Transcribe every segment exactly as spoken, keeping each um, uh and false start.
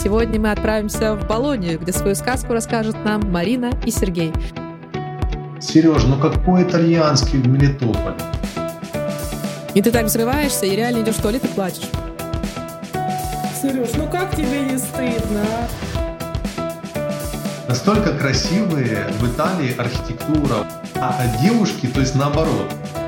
сегодня мы отправимся в Болонью, где свою сказку расскажут нам Марина и Сергей. Сереж, ну какой итальянский в Мелитополе? И ты так взрываешься и реально идешь в туалет и плачешь. Сереж, ну как тебе не стыдно, а? Настолько красивые в Италии архитектура, а девушки, то есть наоборот.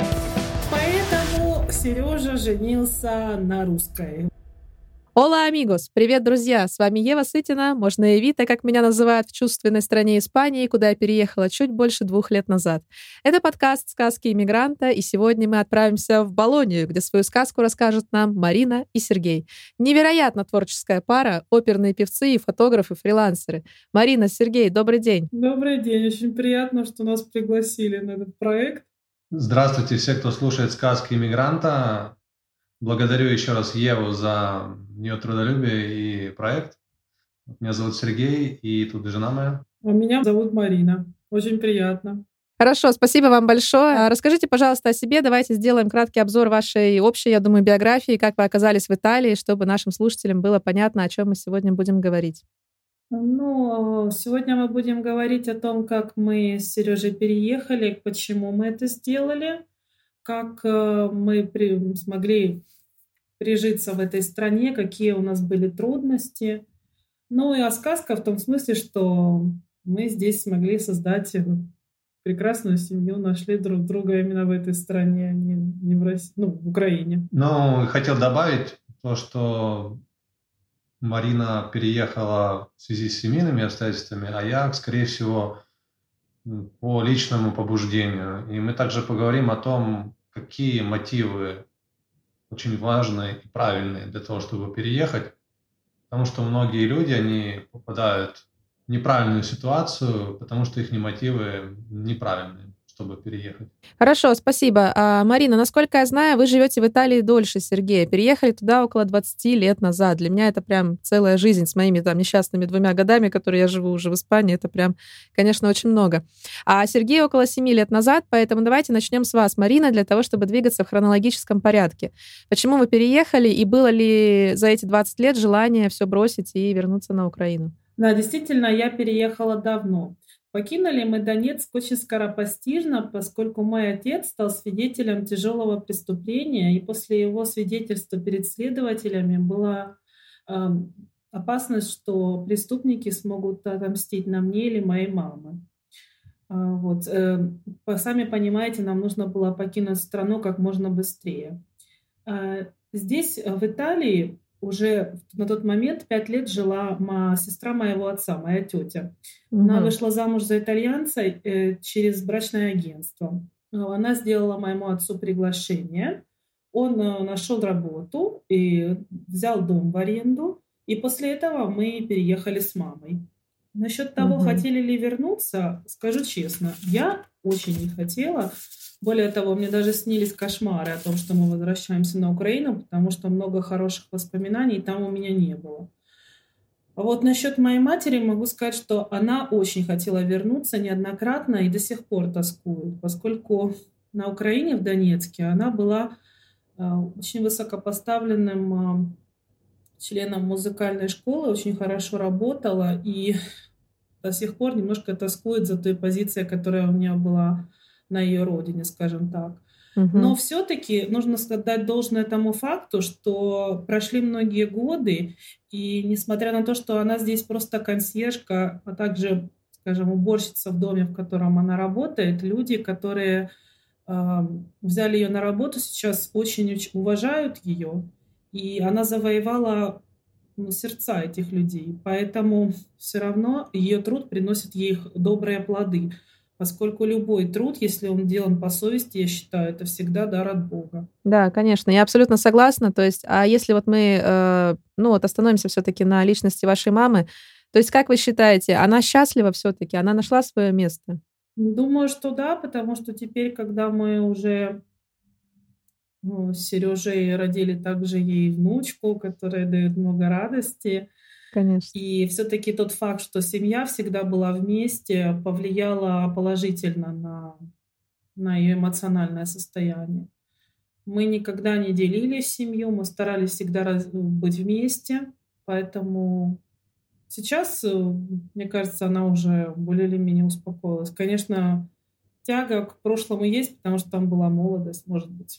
Поэтому Сережа женился на русской. Ола, амигос! Привет, друзья! С вами Ева Сытина, можно Эвита, как меня называют в чувственной стране Испании, куда я переехала чуть больше двух лет назад. Это подкаст «Сказки иммигранта», и сегодня мы отправимся в Болонью, где свою сказку расскажут нам Марина и Сергей. Невероятно творческая пара, оперные певцы и фотографы, фрилансеры. Марина, Сергей, добрый день! Добрый день, очень приятно, что нас пригласили на этот проект. Здравствуйте, все, кто слушает «Сказки иммигранта». Благодарю еще раз Еву за ее трудолюбие и проект. Меня зовут Сергей, и тут жена моя. А меня зовут Марина. Очень приятно. Хорошо, спасибо вам большое. Расскажите, пожалуйста, о себе. Давайте сделаем краткий обзор вашей общей, я думаю, биографии, как вы оказались в Италии, чтобы нашим слушателям было понятно, о чем мы сегодня будем говорить. Ну, сегодня мы будем говорить о том, как мы с Сережей переехали, почему мы это сделали, как мы при, смогли прижиться в этой стране, какие у нас были трудности. Ну и о сказках в том смысле, что мы здесь смогли создать прекрасную семью, нашли друг друга именно в этой стране, а не, не в России, ну, в Украине. Ну, хотел добавить то, что Марина переехала в связи с семейными обстоятельствами, а я, скорее всего, по личному побуждению. И мы также поговорим о том, какие мотивы очень важные и правильные для того, чтобы переехать. Потому что многие люди, они попадают в неправильную ситуацию, потому что их мотивы неправильные, чтобы переехать. Хорошо, спасибо. А, Марина, насколько я знаю, вы живете в Италии дольше Сергея. Переехали туда около двадцати лет назад. Для меня это прям целая жизнь с моими там несчастными двумя годами, которые я живу уже в Испании. Это прям, конечно, очень много. А Сергей около семи лет назад, поэтому давайте начнем с вас, Марина, для того, чтобы двигаться в хронологическом порядке. Почему вы переехали и было ли за эти двадцать лет желание все бросить и вернуться на Украину? Да, действительно, я переехала давно. Покинули мы Донецк очень скоропостижно, поскольку мой отец стал свидетелем тяжелого преступления, и после его свидетельства перед следователями была э, опасность, что преступники смогут отомстить на мне или моей маме. Э, вот. Э, сами понимаете, нам нужно было покинуть страну как можно быстрее. Э, здесь, в Италии, уже на тот момент пять лет жила моя сестра моего отца, моя тетя. Угу. Она вышла замуж за итальянца э, через брачное агентство. Она сделала моему отцу приглашение. Он э, нашел работу и взял дом в аренду. И после этого мы переехали с мамой. Насчет того, угу. хотели ли вернуться, скажу честно, я очень не хотела. Более того, мне даже снились кошмары о том, что мы возвращаемся на Украину, потому что много хороших воспоминаний там у меня не было. А вот насчет моей матери могу сказать, что она очень хотела вернуться неоднократно и до сих пор тоскует, поскольку на Украине, в Донецке, она была э, очень высокопоставленным э, членом музыкальной школы, очень хорошо работала и до сих пор немножко тоскует за той позицией, которая у меня была на ее родине, скажем так. Uh-huh. Но все-таки нужно сказать должное тому факту, что прошли многие годы, и несмотря на то, что она здесь просто консьержка, а также, скажем, уборщица в доме, в котором она работает, люди, которые э, взяли ее на работу, сейчас очень уважают ее, и она завоевала ну, сердца этих людей. Поэтому все равно ее труд приносит ей добрые плоды. Поскольку любой труд, если он делан по совести, я считаю, это всегда дар от Бога. Да, конечно, я абсолютно согласна. То есть, а если вот мы, э, ну вот остановимся все-таки на личности вашей мамы, то есть, как вы считаете, она счастлива все-таки, она нашла свое место? Думаю, что да, потому что теперь, когда мы уже ну, с Сережей родили также ей внучку, которая дает много радости. Конечно. И все-таки тот факт, что семья всегда была вместе, повлияло положительно на, на ее эмоциональное состояние. Мы никогда не делили семью, мы старались всегда раз, быть вместе, поэтому сейчас, мне кажется, она уже более или менее успокоилась. Конечно, тяга к прошлому есть, потому что там была молодость, может быть.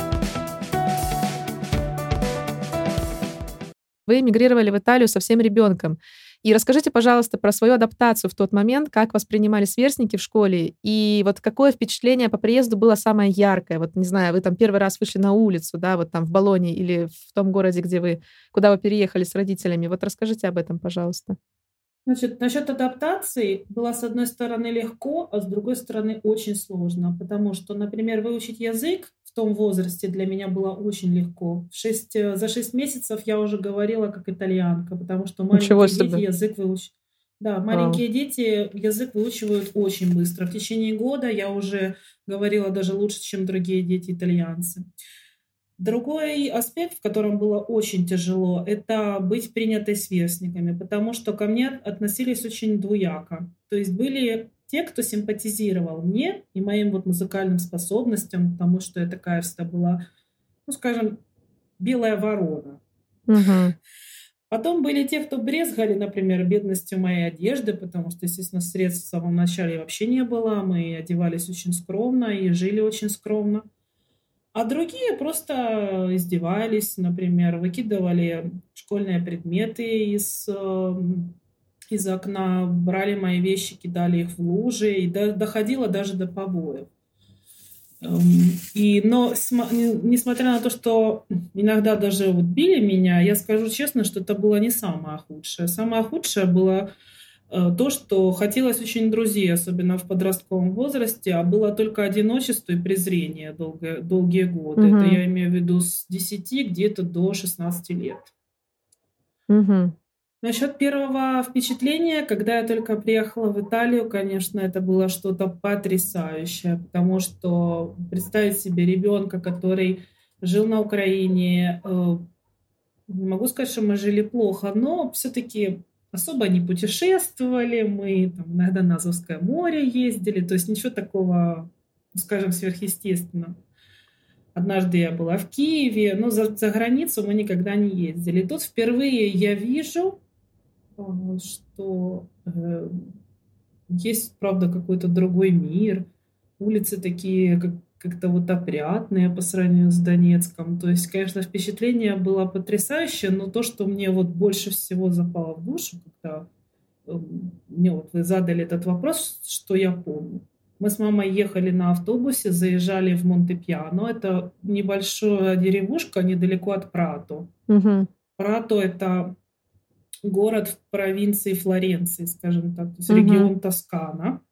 Вы эмигрировали в Италию совсем ребенком. И расскажите, пожалуйста, про свою адаптацию в тот момент, как воспринимали сверстники в школе, и вот какое впечатление по приезду было самое яркое? Вот, не знаю, вы там первый раз вышли на улицу, да, вот там в Болонье или в том городе, где вы, куда вы переехали с родителями. Вот расскажите об этом, пожалуйста. Значит, насчет адаптации было, с одной стороны, легко, а с другой стороны, очень сложно, потому что, например, выучить язык в том возрасте для меня было очень легко. В шесть, э, за шесть месяцев я уже говорила как итальянка, потому что Ничего маленькие дети себе. язык выучат. Да, Вау. маленькие дети язык выучивают очень быстро. В течение года я уже говорила даже лучше, чем другие дети-итальянцы. Другой аспект, в котором было очень тяжело, это быть принятой сверстниками, потому что ко мне относились очень двуяко. То есть были те, кто симпатизировал мне и моим вот музыкальным способностям, потому что я такая всегда была, ну, скажем, белая ворона. Мгм. Потом были те, кто брезгали, например, бедностью моей одежды, потому что, естественно, средств в самом начале вообще не было. Мы одевались очень скромно и жили очень скромно. А другие просто издевались, например, выкидывали школьные предметы из, эм, из окна, брали мои вещи, кидали их в лужи, и до- доходило даже до побоев. Эм, И, но сма- не- несмотря на то, что иногда даже вот били меня, я скажу честно, что это было не самое худшее. Самое худшее было э, то, что хотелось очень друзей, особенно в подростковом возрасте, а было только одиночество и презрение долгое- долгие годы. Это Мгм. я имею в виду с десяти где-то до шестнадцати лет. Мгм. Насчет первого впечатления, когда я только приехала в Италию, конечно, это было что-то потрясающее, потому что представить себе ребенка, который жил на Украине, э, не могу сказать, что мы жили плохо, но все-таки особо не путешествовали, мы там иногда на Азовское море ездили, то есть ничего такого, скажем, сверхъестественного. Однажды я была в Киеве, но за, за границу мы никогда не ездили. И тут впервые я вижу, э, что э, есть, правда, какой-то другой мир. Улицы такие как, как-то вот опрятные по сравнению с Донецком. То есть, конечно, впечатление было потрясающее, но то, что мне вот больше всего запало в душу, когда э, мне вот вы задали этот вопрос, что я помню. Мы с мамой ехали на автобусе, заезжали в Монтепьяно. Это небольшая деревушка недалеко от Прато. Мгм. Прато — это город в провинции Флоренции, скажем так, то есть Мгм. регион Тоскана.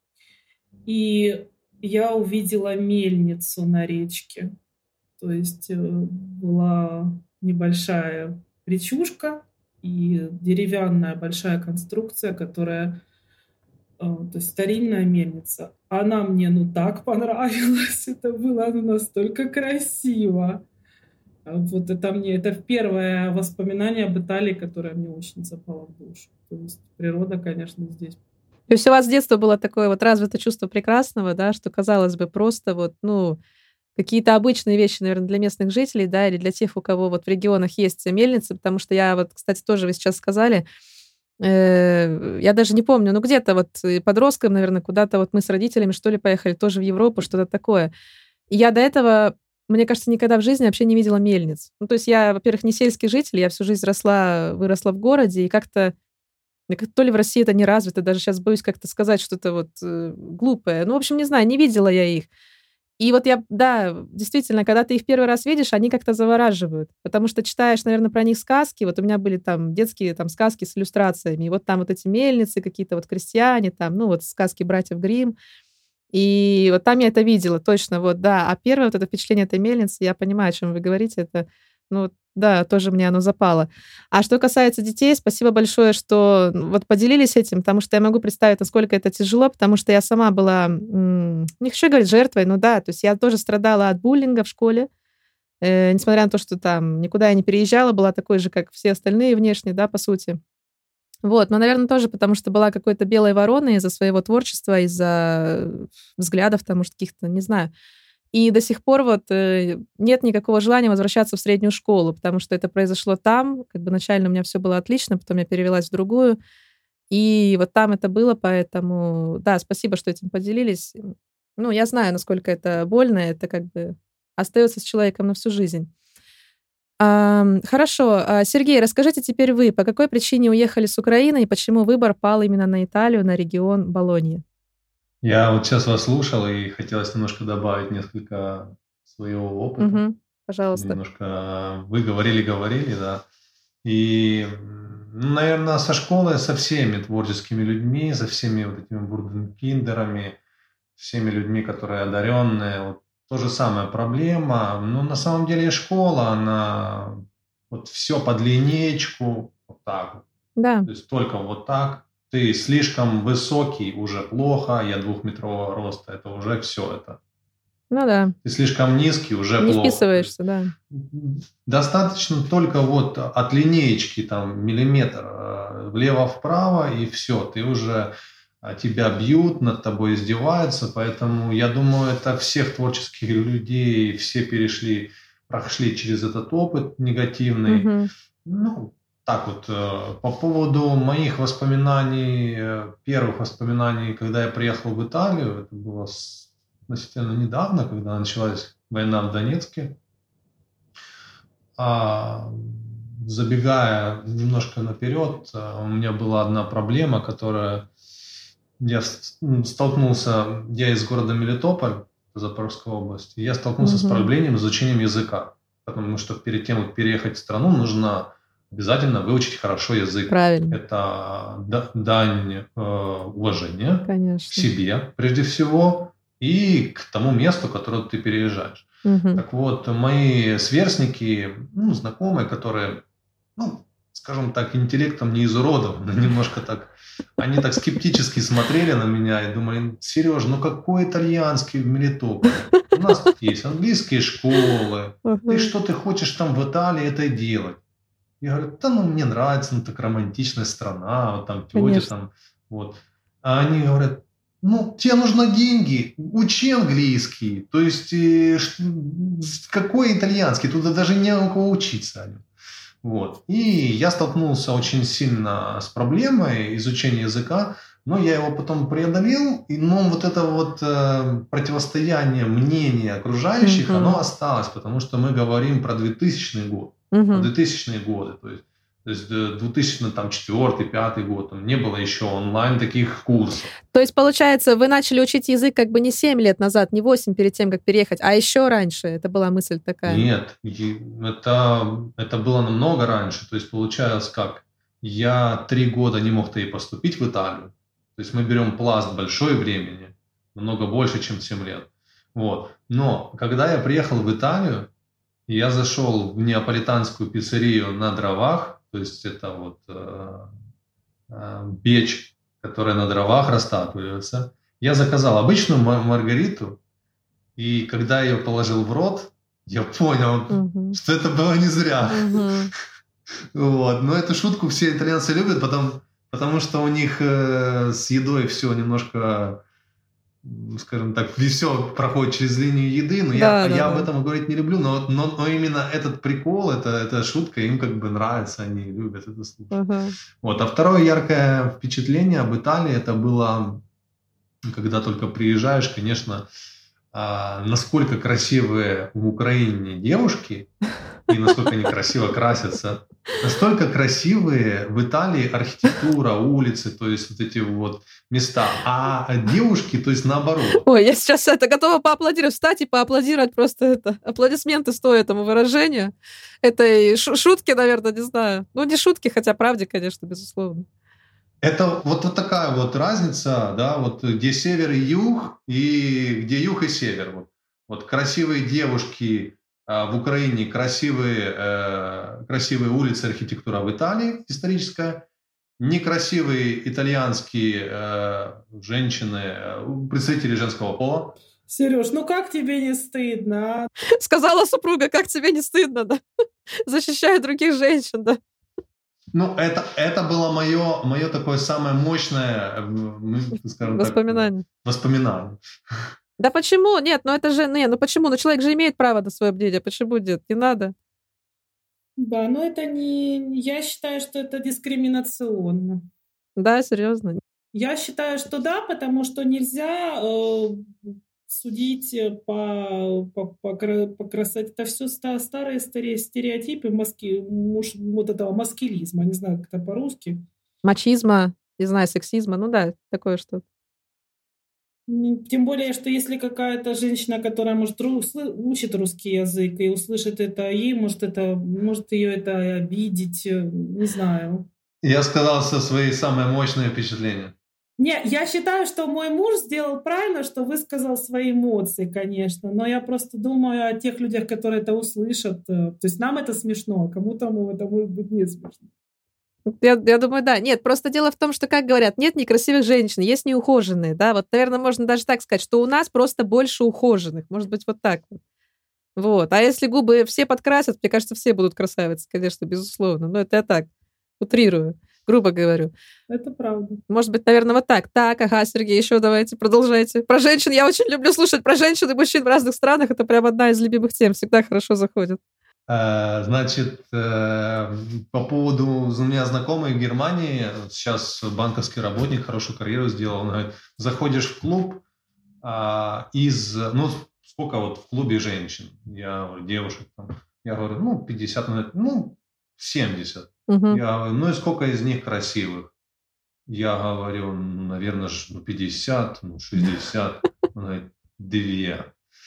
И я увидела мельницу на речке. То есть э, была небольшая речушка и деревянная большая конструкция, которая, э, то есть старинная мельница. Она мне ну так понравилась, это было ну, настолько красиво. А Вот это мне, это первое воспоминание об Италии, которое мне очень запало в душу. То есть природа, конечно, здесь. То есть у вас с детства было такое вот развито чувство прекрасного, да, что, казалось бы, просто вот, ну, какие-то обычные вещи, наверное, для местных жителей, да, или для тех, у кого вот в регионах есть мельницы, потому что я вот, кстати, тоже вы сейчас сказали, э, я даже не помню, ну, где-то вот э, подростком, наверное, куда-то вот мы с родителями, что ли, поехали тоже в Европу, что-то такое. И я до этого, мне кажется, никогда в жизни вообще не видела мельниц. Ну, то есть я, во-первых, не сельский житель, я всю жизнь росла, выросла в городе, и как-то мне как то ли в России это не развито, даже сейчас боюсь как-то сказать что-то вот э, глупое. Ну, в общем, не знаю, не видела я их. И вот я, да, действительно, когда ты их первый раз видишь, они как-то завораживают, потому что читаешь, наверное, про них сказки. Вот у меня были там детские там сказки с иллюстрациями, и вот там вот эти мельницы какие-то, вот крестьяне, там, ну, вот сказки братьев Гримм. И вот там я это видела, точно, вот, да. А первое вот это впечатление этой мельницы, я понимаю, о чем вы говорите, это, ну, вот, да, тоже мне оно запало. А что касается детей, спасибо большое, что ну, вот поделились этим, потому что я могу представить, насколько это тяжело, потому что я сама была, м, не хочу говорить жертвой, но да, то есть я тоже страдала от буллинга в школе, э, несмотря на то, что там никуда я не переезжала, была такой же, как все остальные внешне, да, по сути. Вот, но, наверное, тоже потому, что была какой-то белой вороной из-за своего творчества, из-за э, взглядов там, может, каких-то, не знаю. И до сих пор вот э, нет никакого желания возвращаться в среднюю школу, потому что это произошло там. Как бы начально у меня все было отлично, потом я перевелась в другую. И вот там это было, поэтому, да, спасибо, что этим поделились. Ну, я знаю, насколько это больно, это как бы остается с человеком на всю жизнь. А, хорошо. Сергей, расскажите теперь вы, по какой причине уехали с Украины и почему выбор пал именно на Италию, на регион Болоньи? Я вот сейчас вас слушал и хотелось немножко добавить несколько своего опыта. Угу, пожалуйста. Немножко вы говорили, говорили, да. И, ну, наверное, со школы, со всеми творческими людьми, со всеми вот этими вундеркиндерами, всеми людьми, которые одаренные, вот то же самая проблема. Но на самом деле школа, она вот все под линеечку, вот так вот. Да. То есть только вот так. Ты слишком высокий, уже плохо, я двухметрового роста, это уже все это. Ну да. Ты слишком низкий, уже Не плохо. вписываешься, да. Достаточно только вот от линеечки там миллиметр влево-вправо, и все, ты уже, тебя бьют, над тобой издеваются, поэтому я думаю, это всех творческих людей, все перешли, прошли через этот опыт негативный. Угу. Ну, так вот, по поводу моих воспоминаний, первых воспоминаний, когда я приехал в Италию, это было относительно недавно, когда началась война в Донецке. А, забегая немножко наперед, у меня была одна проблема, которая... Я столкнулся, я из города Мелитополь, Запорожской области, я столкнулся угу. с проблемой изучением языка, потому что перед тем, как переехать в страну, нужно обязательно выучить хорошо язык. Правильно. Это дань э, уважения Конечно. к себе, прежде всего, и к тому месту, к которому ты переезжаешь. Угу. Так вот, мои сверстники, ну, знакомые, которые, ну, скажем так, интеллектом не изуродованы, немножко так, они так скептически смотрели на меня и думали: Сереж, ну какой итальянский в Мелитополе? У нас тут есть английские школы, uh-huh. и что ты хочешь там в Италии это делать? Я говорю: да ну мне нравится, ну так романтичная страна, вот там тетя Конечно. Там, вот. А они говорят: ну, тебе нужны деньги, учи английский, то есть э, какой итальянский, тут даже не у кого учиться. Вот. И я столкнулся очень сильно с проблемой изучения языка, но я его потом преодолел, и, но вот это вот э, противостояние мнений окружающих, mm-hmm. оно осталось, потому что мы говорим про двухтысячный год, mm-hmm. про двухтысячные годы, то есть, то есть две тысячи четвёртый - две тысячи пятый год, там не было еще онлайн таких курсов. То есть, получается, вы начали учить язык как бы не семь лет назад, не восемь перед тем, как переехать, а еще раньше. Это была мысль такая. Нет, это, это было намного раньше. То есть, получалось как? Я три года не мог-то и поступить в Италию. То есть, мы берем пласт большой времени, намного больше, чем семь лет. Вот. Но, когда я приехал в Италию, я зашел в неаполитанскую пиццерию на дровах, то есть, это вот э, э, печь, которая на дровах растапливается. Я заказал обычную маргариту, и когда я ее положил в рот, я понял, uh-huh. что это было не зря. Uh-huh. Вот. Но эту шутку все итальянцы любят, потому, потому что у них э, с едой все немножко, скажем так, все проходит через линию еды, но да, я, да, я да. об этом говорить не люблю, но, но, но именно этот прикол, это, эта шутка, им как бы нравится, они любят это слушать. Uh-huh. Вот. А второе яркое впечатление об Италии, это было, когда только приезжаешь, конечно, а, насколько красивые в Украине девушки и насколько они красиво красятся, настолько красивые в Италии архитектура, улицы, то есть вот эти вот места, а девушки, то есть наоборот. Ой, я сейчас это готова поаплодировать, встать и поаплодировать просто это. Аплодисменты стоят этому выражению. Это и шутки, наверное, не знаю. Ну, не шутки, хотя правде, конечно, безусловно. Это вот, вот такая вот разница, да, вот где север и юг, и где юг и север. Вот, вот красивые девушки э, в Украине, красивые, э, красивые улицы, архитектура в Италии историческая, некрасивые итальянские э, женщины, э, представители женского пола. Сереж, ну как тебе не стыдно? А? Сказала супруга, как тебе не стыдно, да? Защищая других женщин, да? Ну, это, это было мое, мое такое самое мощное, скажем воспоминание. Так, воспоминание. Да почему? Нет, ну это же... Нет, ну почему? Ну человек же имеет право на свое мнение. Почему нет? Не надо. Да, но это не... Я считаю, что это дискриминационно. Да, серьезно? Я считаю, что да, потому что нельзя э, судить по, по, по, кра- по красоте. Это все старые старе- стереотипы маски, муж, вот этого маскилизма, не знаю, как это по-русски. Мачизма, не знаю, сексизма, ну да, такое что-то. М, Тем более, что если какая-то женщина, которая, может, ру- сли- учит русский язык и услышит это, ей может это, может ее это обидеть, э, не знаю. Я сказал со свои самые мощные впечатления. Не, я считаю, что мой муж сделал правильно, что высказал свои эмоции, конечно, но я просто думаю о тех людях, которые это услышат. э, То есть нам это смешно, а кому-то ну, это может быть не смешно. Я, я думаю, да. Нет, просто дело в том, что, как говорят, нет некрасивых женщин, есть неухоженные, да. Вот, наверное, можно даже так сказать, что у нас просто больше ухоженных. Может быть, вот так вот. Вот. А если губы все подкрасят, мне кажется, все будут красавицы, конечно, безусловно. Но это я так утрирую, грубо говорю. Это правда. Может быть, наверное, вот так. Так, ага, Сергей, еще давайте, продолжайте. Про женщин я очень люблю слушать. Про женщин и мужчин в разных странах. Это прям одна из любимых тем. Всегда хорошо заходит. Э, Значит, э, по поводу у меня знакомый в Германии, сейчас банковский работник, хорошую карьеру сделал. Он говорит, заходишь в клуб а, из, ну, сколько вот в клубе женщин? Я говорю, девушек там. Я говорю, ну, пятьдесят, ну, семьдесят. Угу. Я говорю, ну и сколько из них красивых? Я говорю, ну, наверное, ж, ну, пятьдесят, ну, шестьдесят. Он говорит, две.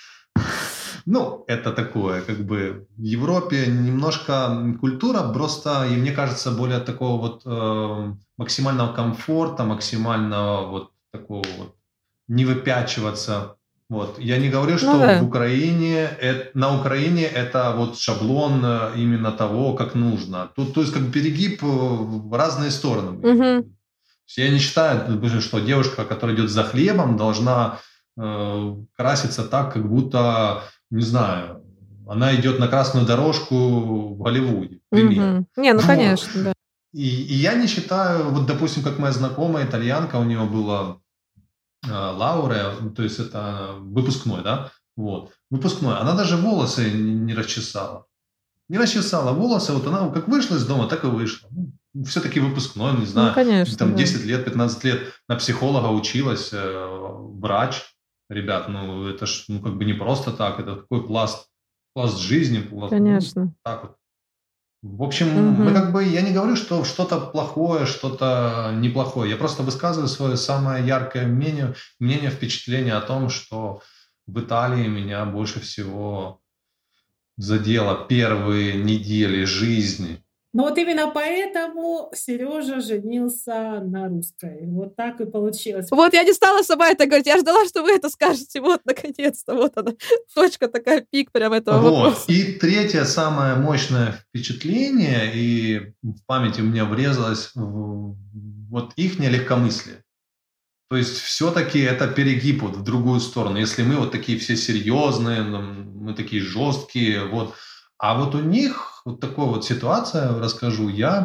Ну, это такое, как бы в Европе немножко культура просто, и мне кажется, более такого вот э, максимального комфорта, максимального вот такого вот не выпячиваться. Вот. Я не говорю, что Ну да. в Украине, э, на Украине это вот шаблон э, именно того, как нужно. Тут, то есть как бы перегиб э, в разные стороны. Мгм. То есть я не считаю, допустим, что девушка, которая идет за хлебом, должна э, краситься так, как будто, не знаю, она идет на красную дорожку в Голливуде, к примеру. Мгм. Не, ну Вот. конечно, да. И, и я не считаю, вот, допустим, как моя знакомая итальянка, у нее была э, Лауре, то есть это выпускной, да, вот, выпускной, она даже волосы не, не расчесала. Не расчесала волосы, вот она как вышла из дома, так и вышла. Ну, все-таки выпускной, не Ну, знаю, конечно, там да. десять лет, пятнадцать лет на психолога училась, э, врач. Ребят, ну это ж ну, как бы не просто так, это такой пласт, пласт жизни, пласт, ну, Конечно. так вот. В общем, мы Мгм. как бы, я не говорю, что что-то плохое, что-то неплохое. Я просто высказываю свое самое яркое мнение, мнение, впечатление о том, что в Италии меня больше всего задело первые недели жизни. Но вот именно поэтому Сережа женился на русской. Вот так и получилось. Вот я не стала сама это говорить, я ждала, что вы это скажете. Вот, наконец-то, вот она, точка такая, пик прям этого Вот. вопроса. И третье самое мощное впечатление, и в памяти у меня врезалось в- вот ихнее легкомыслие. То есть все-таки это перегиб вот в другую сторону. Если мы вот такие все серьезные, м, мы такие жесткие, вот. А вот у них вот такая вот ситуация, расскажу, я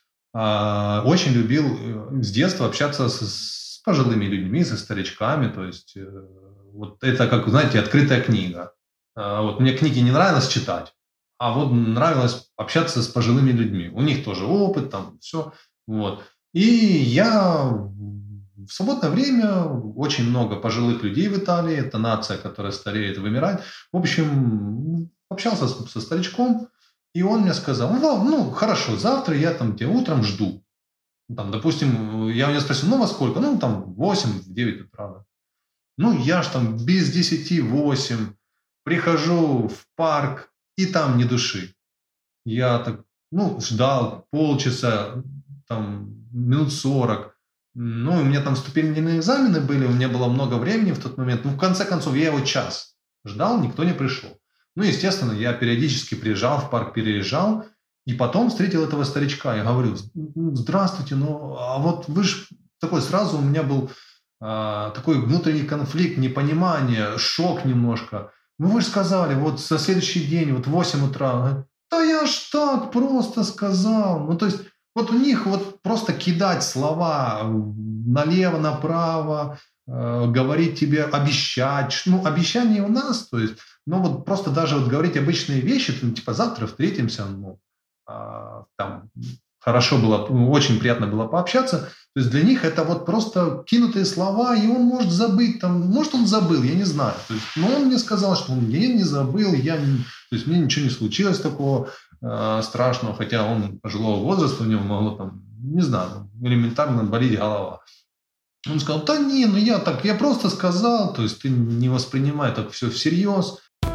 а, очень любил э, с детства общаться с, с пожилыми людьми, со старичками, то есть э, вот это как, знаете, открытая книга. А, вот мне книги не нравилось читать, а вот нравилось общаться с пожилыми людьми. У них тоже опыт, там все, вот. И я в свободное время очень много пожилых людей в Италии, это нация, которая стареет и вымирает. В общем, общался с- со старичком, и он мне сказал, ну, ну, хорошо, завтра я там тебя утром жду. Там, допустим, я у него спросил, ну, во сколько? Ну, там, в восемь, в девять утра. Да. Ну, я ж там без десяти восемь прихожу в парк, и там ни души. Я так, ну, ждал полчаса, там, минут сорок. Ну, у меня там вступительные экзамены были, у меня было много времени в тот момент. Ну, в конце концов, я его час ждал, никто не пришел. Ну, естественно, я периодически приезжал в парк, переезжал, и потом встретил этого старичка. Я говорю, здравствуйте, ну, а вот вы же такой, сразу у меня был а, такой внутренний конфликт, непонимание, шок немножко. Ну, вы же сказали, вот на следующий день, вот в восемь утра. Да я ж так просто сказал. Ну, то есть, вот у них вот просто кидать слова налево, направо, э, говорить тебе, обещать. Ну, обещания у нас, то есть, ну, вот просто даже вот говорить обычные вещи, ну, типа, завтра встретимся, ну, а, там, хорошо было, очень приятно было пообщаться. То есть для них это вот просто кинутые слова, и он может забыть, там, может он забыл, я не знаю. То есть, но он мне сказал, что он я не забыл, я не, то есть мне ничего не случилось такого э, страшного, хотя он пожилого возраста, у него могло там, не знаю, элементарно болеть голова. Он сказал, да не, ну я так, я просто сказал, то есть ты не воспринимай так все всерьез.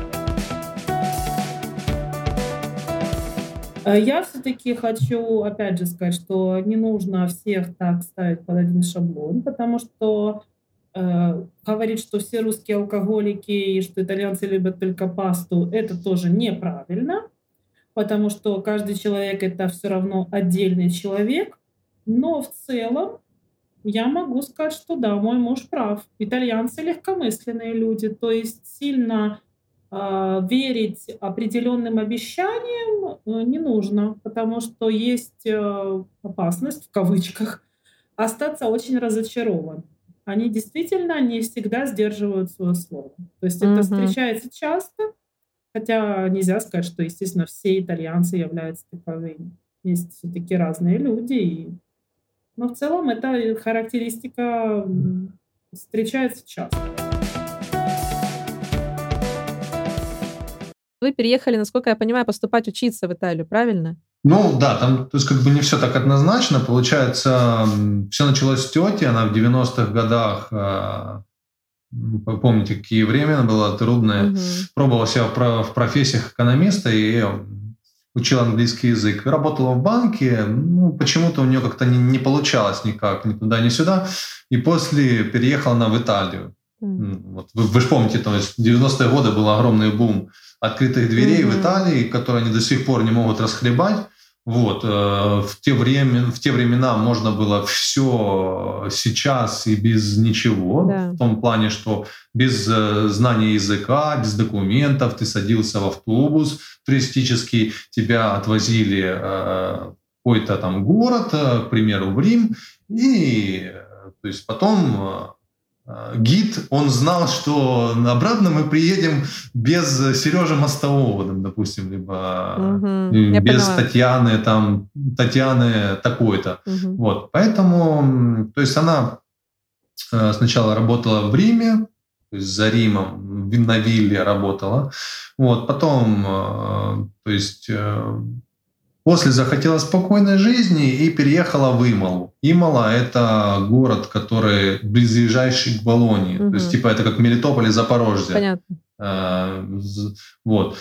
Я все-таки хочу, опять же, сказать, что не нужно всех так ставить под один шаблон, потому что э, говорить, что все русские алкоголики и что итальянцы любят только пасту, это тоже неправильно, потому что каждый человек — это все равно отдельный человек. Но в целом я могу сказать, что да, мой муж прав. Итальянцы легкомысленные люди, то есть сильно э, верить определенным обещаниям э, не нужно, потому что есть э, опасность, в кавычках, остаться очень разочарован. Они действительно не всегда сдерживают свое слово. То есть это Мгм. встречается часто, хотя нельзя сказать, что, естественно, все итальянцы являются таковыми. Есть все-таки разные люди, и но в целом эта характеристика м, встречается часто. Вы переехали, насколько я понимаю, поступать учиться в Италию, правильно? Ну да, там, то есть как бы не все так однозначно. Получается, все началось с тети, она в девяностых годах, э, вы помните, какие времена было трудное, Мгм. пробовала себя в про- в профессиях экономиста и учила английский язык. Работала в банке, ну, почему-то у нее как-то не, не получалось никак, ни туда, ни сюда. И после переехала она в Италию. М. М, Вот вы, вы же помните, то есть в девяностые годы был огромный бум открытых дверей в Мгм. Италии, которые они до сих пор не могут расхлебать. Вот, э, в, те время, в те времена можно было все сейчас и без ничего, Да. в том плане, что без э, знания языка, без документов, ты садился в автобус туристический, тебя отвозили э, в какой-то там город, э, к примеру, в Рим, и э, то есть потом э, гид, он знал, что обратно мы приедем без Сережи Мостового, там, допустим, либо Мгм. э, Я без поняла. Татьяны, там, Татьяны такой-то. Мгм. Вот, поэтому, м, то есть она э, сначала работала в Риме, то есть за Римом, в- на вилле работала, вот, потом, э, то есть э, после захотела спокойной жизни и переехала в Ималу. Имала — это город, который близлежащий к Болонии. То есть Мгм. типа это как Мелитополь и Запорожье. Понятно. Э, з- Вот.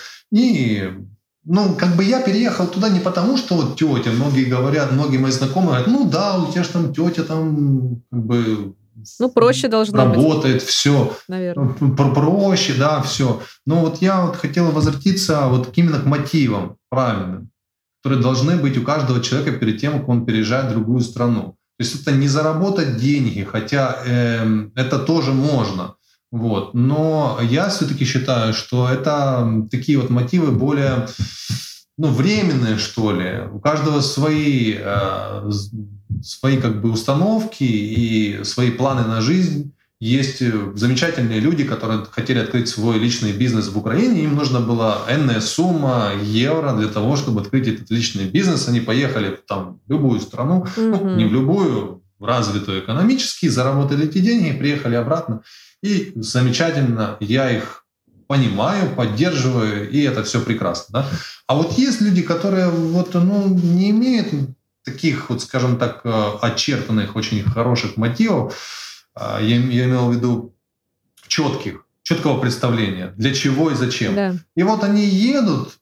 И ну, как бы я переехал туда не потому, что вот тетя, многие говорят, многие мои знакомые говорят, ну да, у тебя же там тетя там как бы Ну, проще должно быть, работает, все наверное. проще, да, все. Но вот я вот хотел возвратиться вот именно к мотивам правильным, которые должны быть у каждого человека перед тем, как он переезжает в другую страну. То есть это не заработать деньги, хотя эм, это тоже можно. Вот. Но я все-таки считаю, что это такие вот мотивы более ну, временные, что ли. У каждого свои, э, з- свои как бы установки и свои планы на жизнь. Есть э, замечательные люди, которые хотели открыть свой личный бизнес в Украине. Им нужна была энная сумма евро для того, чтобы открыть этот личный бизнес. Они поехали там, в любую страну, ну, не в Мгм. любую, в развитую экономически, заработали эти деньги, приехали обратно. И замечательно, я их понимаю, поддерживаю, и это все прекрасно. Да? А вот есть люди, которые вот, ну, не имеют таких, вот, скажем так, э, очертанных, очень хороших мотивов, а, я, я имел в виду четких, четкого представления, для чего и зачем. Да. И вот они едут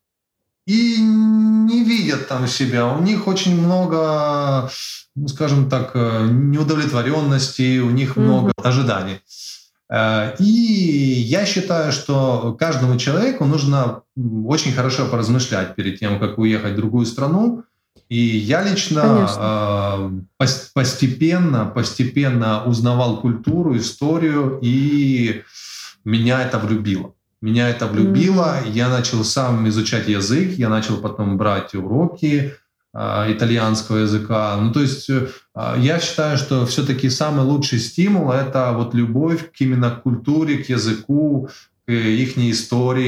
и не видят там себя. У них очень много, ну, скажем так, э, неудовлетворенности, у них много Мгм. ожиданий. Э, И я считаю, что каждому человеку нужно м, очень хорошо поразмышлять перед тем, как уехать в другую страну. И я лично Конечно. э, пос- постепенно, постепенно узнавал культуру, историю, и меня это влюбило. Меня это влюбило. Мгм. Я начал сам изучать язык, я начал потом брать уроки э, итальянского языка. Ну, то есть э, а, я считаю, что все-таки самый лучший стимул — это вот любовь к именно к культуре, к языку, к их истории.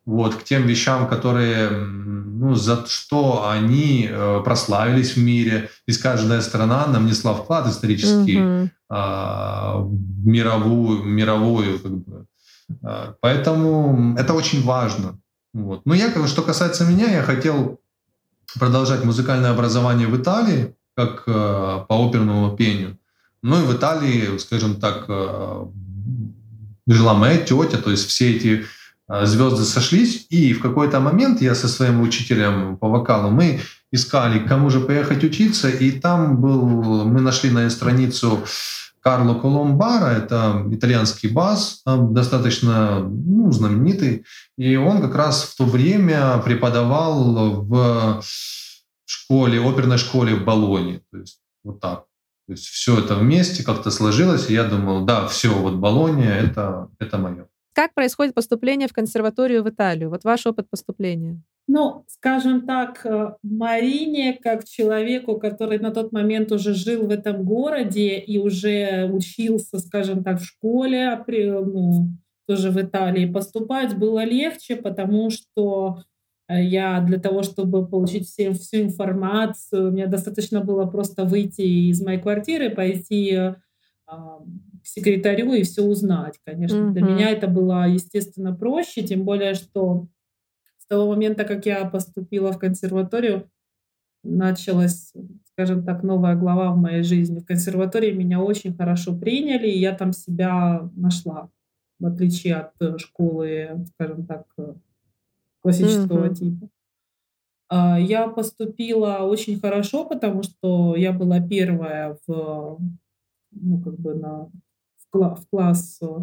вот, к тем вещам, которые, ну, за что они э, прославились в мире. Ведь каждая страна нам внесла вклад исторический Мгм. э, в мировую, мировую, как бы. Э, Поэтому это очень важно. Вот. Но я, как- что касается меня, я хотел продолжать музыкальное образование в Италии, как э, по оперному пению. Ну и в Италии, скажем так, э, жила моя тетя, то есть все эти э, звезды сошлись, и в какой-то момент я со своим учителем по вокалу, мы искали, к кому же поехать учиться, и там был, мы нашли на страницу Карло Коломбара, это итальянский бас, э, достаточно, ну, знаменитый, и он как раз в то время преподавал в школе, оперной школе в Болонье. То есть вот так. То есть все это вместе как-то сложилось, и я думал, да, все, вот Болонья — это, это мое. Как происходит поступление в консерваторию в Италию? Вот ваш опыт поступления. Ну, скажем так, э, Марине, как человеку, который на тот момент уже жил в этом городе и уже учился, скажем так, в школе, а при- ну, тоже в Италии, поступать было легче, потому что э, я для того, чтобы получить все, всю информацию, мне достаточно было просто выйти из моей квартиры, пойти э, а, к секретарю и все узнать. Конечно, для Мгм. меня это было, естественно, проще, тем более, что с того момента, как я поступила в консерваторию, началась, скажем так, новая глава в моей жизни. В консерватории меня очень хорошо приняли, и я там себя нашла, в отличие от э, школы, скажем так, э, классического Мгм. типа. А, Я поступила очень хорошо, потому что я была первая в, ну, как бы на, в, кла- в класс э,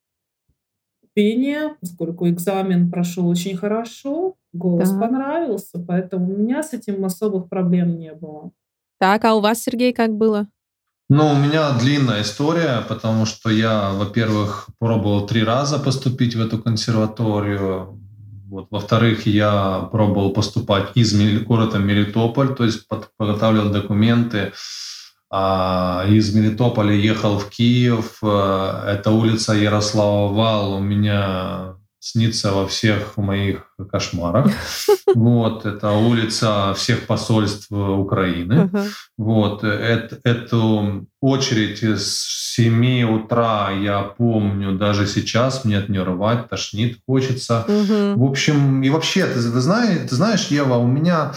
пения, поскольку экзамен прошел очень хорошо, голос Так. понравился, поэтому у меня с этим особых проблем не было. Так, а у вас, Сергей, как было? Ну, у меня длинная история, потому что я, во-первых, пробовал три раза поступить в эту консерваторию. Вот. Во-вторых, я пробовал поступать из Мели- города Мелитополь, то есть под- подготавливал документы. А из Мелитополя ехал в Киев. Э, Это улица Ярослава Вал у меня снится во всех моих кошмарах. Вот, это улица всех посольств э, Украины. Ага. Вот, э, эт- эту очередь с семи утра я помню даже сейчас, мне от нее рвать, тошнит, хочется. Мгм. В общем, и вообще, ты, ты знаешь, ты знаешь, Ева, у меня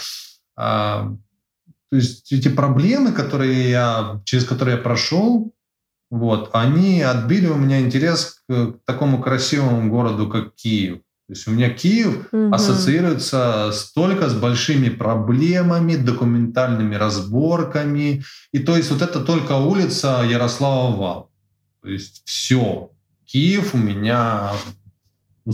а, то есть эти проблемы, которые я, через которые я прошел, вот, они отбили у меня интерес к, к такому красивому городу, как Киев. То есть у меня Киев Мгм. ассоциируется с- только с большими проблемами, документальными разборками. И то есть вот это только улица Ярослава Вал. То есть все. Киев у меня с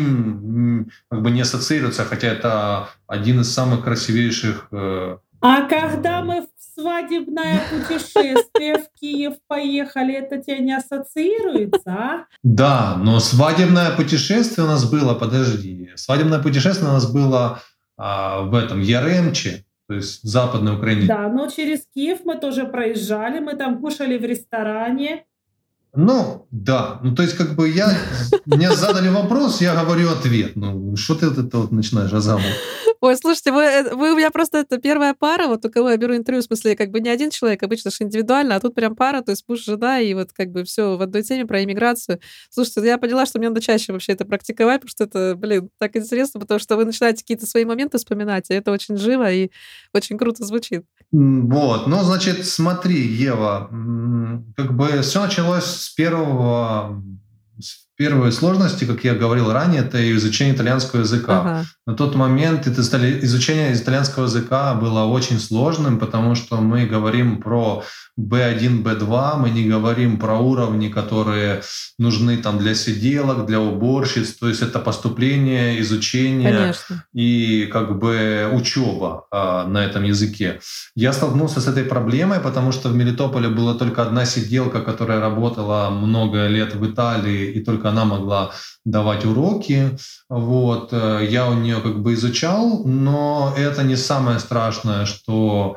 другим м, как бы не ассоциируется, хотя это один из самых красивейших э, А когда э, мы в свадебное путешествие в Киев поехали, это тебе не ассоциируется, а? Да, но свадебное путешествие у нас было, подожди, свадебное путешествие у нас было а, в этом Яремче, то есть в Западной Украине. Да, но через Киев мы тоже проезжали, мы там кушали в ресторане. Ну, да, ну то есть как бы я, мне задали вопрос, я говорю ответ. Ну, что ты вот это вот начинаешь разговаривать? Ой, слушайте, вы, э, вы у меня просто это первая пара, вот у кого я беру интервью, в смысле, как бы не один человек, обычно же индивидуально, а тут прям пара, то есть муж, жена, и вот как бы все в одной теме про иммиграцию. Слушайте, я поняла, что мне надо чаще вообще это практиковать, потому что это, блин, так интересно, потому что вы начинаете какие-то свои моменты вспоминать, и это очень живо и очень круто звучит. М, Вот, ну, значит, смотри, Ева, м, как бы все началось с первого, с первой сложности, как я говорил ранее, это изучение итальянского языка. Ага. На тот момент это стали- изучение итальянского языка было очень сложным, потому что мы говорим про бэ один, бэ два, мы не говорим про уровни, которые нужны там для сиделок, для уборщиц, то есть это поступление, изучение Конечно. и как бы учеба а, на этом языке. Я столкнулся с этой проблемой, потому что в Мелитополе была только одна сиделка, которая работала много лет в Италии, и только она могла давать уроки. Вот. э, Я у нее как бы изучал, но это не самое страшное, что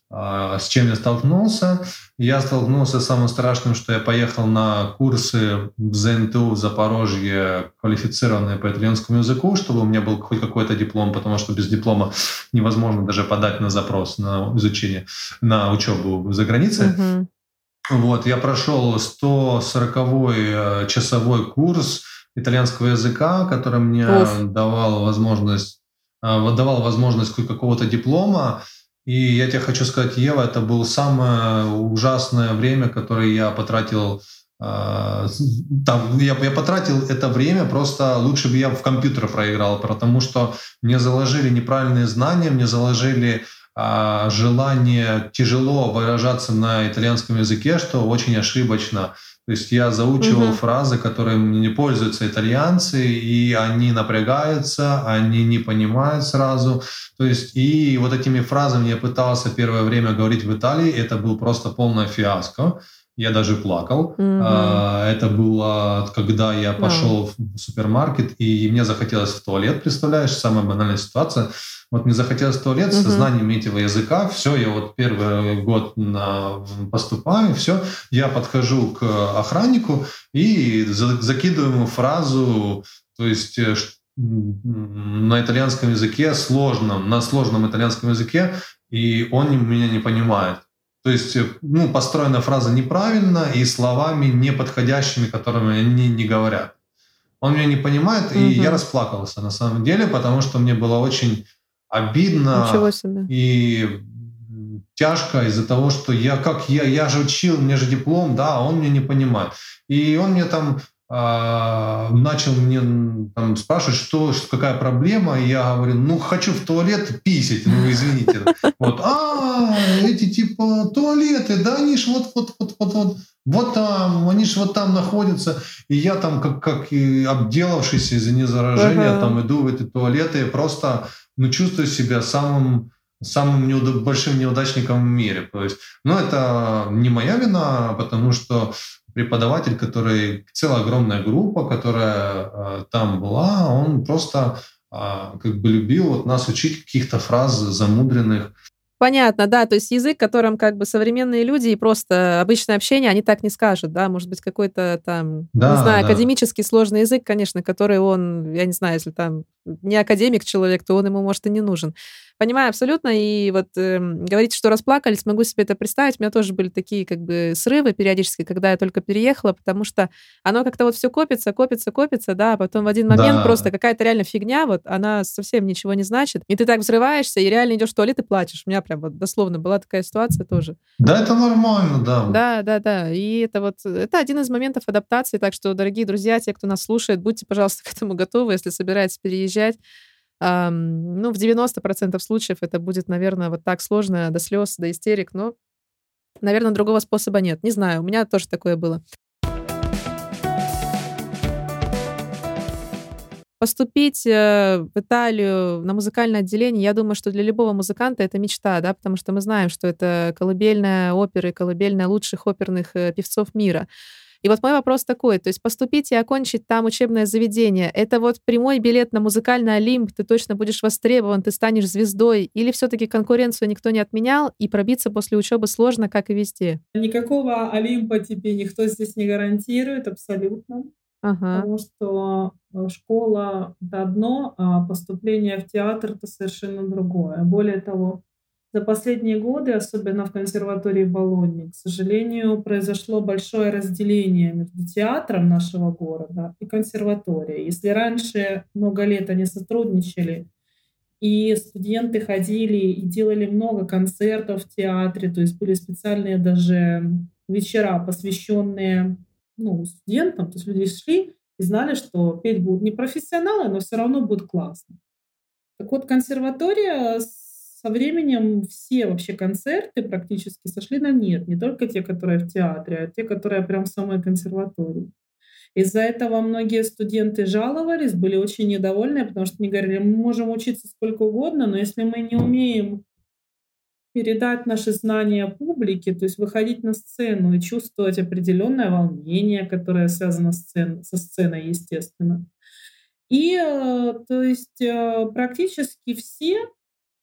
с чем я столкнулся? Я столкнулся с самым страшным, что я поехал на курсы в зэ эн тэ у в Запорожье, квалифицированные по итальянскому языку, чтобы у меня был хоть какой-то диплом, потому что без диплома невозможно даже подать на запрос на изучение, на учебу за границей. Мгм. Вот, я прошел сто сороковой часовой курс итальянского языка, который мне Уф. давал возможность, э, давал возможность хоть какого-то диплома. И я тебе хочу сказать, Ева, это было самое ужасное время, которое я потратил. э, с- Там, я, я потратил это время, просто лучше бы я в компьютер проиграл, потому что мне заложили неправильные знания, мне заложили а, желание тяжело выражаться на итальянском языке, что очень ошибочно. То есть я заучивал Мгм. фразы, которыми не пользуются итальянцы, и они напрягаются, они не понимают сразу. То есть и вот этими фразами я пытался первое время говорить в Италии, это был просто полное фиаско. Я даже плакал. Мгм. А, Это было, когда я Да. пошел в супермаркет, и мне захотелось в туалет, представляешь, самая банальная ситуация. Вот мне захотелось в туалет со Мгм. знанием этого языка. Все, я вот первый год на, поступаю, все. Я подхожу к охраннику и за- закидываю ему фразу, то есть э, ш- м, на итальянском языке, сложном, на сложном итальянском языке, и он не- меня не понимает. То есть, э, ну, построена фраза неправильно и словами неподходящими, которыми они не говорят. Он меня не понимает, и я Мгм. расплакался на самом деле, потому что мне было очень Ничего обидно себе. и тяжко из-за того, что я как я, я же учил, мне же диплом, да, а он меня не понимает. И он мне там а, начал мне там спрашивать, что, что какая проблема, и я говорю, ну хочу в туалет писать, ну извините, вот, а эти типа туалеты, да, они ж вот вот вот вот вот вот там, они ж вот там находятся. И я там, как, как и обделавшийся, извини за выражение, Ага. там иду в эти туалеты и просто ну, чувствую себя самым, самым неуда- большим неудачником в мире. То есть, ну, это не моя вина, потому что преподаватель, который, целая огромная группа, которая э, там была, он просто а, как бы любил вот нас учить каких-то фраз замудренных. Понятно, да. То есть язык, которым как бы современные люди и просто обычное общение, они так не скажут, да. Может быть, какой-то там, не Да, знаю, да. академический сложный язык, конечно, который он, я не знаю, если там не академик человек, то он ему, может, и не нужен. Понимаю абсолютно. И вот эм, говорите, что расплакались, могу себе это представить. У меня тоже были такие как бы срывы периодически, когда я только переехала, потому что оно как-то вот все копится, копится, копится, да, а потом в один момент просто Да, какая-то реально фигня, вот она совсем ничего не значит, и ты так взрываешься, и реально идешь в туалет и плачешь. У меня прям вот дословно была такая ситуация тоже. да, это нормально, да. Да, да, да. И это вот это один из моментов адаптации. Так что, дорогие друзья, те, кто нас слушает, будьте, пожалуйста, к этому готовы, если собираетесь переезжать. Ам, ну, в девяносто процентов случаев это будет, наверное, вот так сложно до слез, до истерик, но, наверное, другого способа нет. Не знаю, у меня тоже такое было. Поступить, э, в Италию на музыкальное отделение, я думаю, что для любого музыканта это мечта, да, потому что мы знаем, что это колыбельная оперы, колыбельная лучших оперных, э, певцов мира. И вот мой вопрос такой: то есть поступить и окончить там учебное заведение — это вот прямой билет на музыкальный Олимп, ты точно будешь востребован, ты станешь звездой, или все таки конкуренцию никто не отменял и пробиться после учебы сложно, как и везде? Никакого Олимпа тебе никто здесь не гарантирует абсолютно, Ага. потому что, э, школа — это одно, а поступление в театр — это совершенно другое. Более того, за последние годы, особенно в консерватории Болоньи, к сожалению, произошло большое разделение между театром нашего города и консерваторией. Если раньше много лет они сотрудничали, и студенты ходили и делали много концертов в театре, то есть были специальные даже вечера, посвященные, ну, студентам. То есть люди шли и знали, что петь будут не профессионалы, но все равно будет классно. Так вот, консерватория со временем все вообще концерты практически сошли на нет. Не только те, которые в театре, а те, которые прям в самой консерватории. Из-за этого многие студенты жаловались, были очень недовольны, потому что они говорили: "Мы можем учиться сколько угодно, но если мы не умеем передать наши знания публике, то есть выходить на сцену и чувствовать определенное волнение, которое связано с сцен со сценой, естественно". И, э, то есть, э, практически все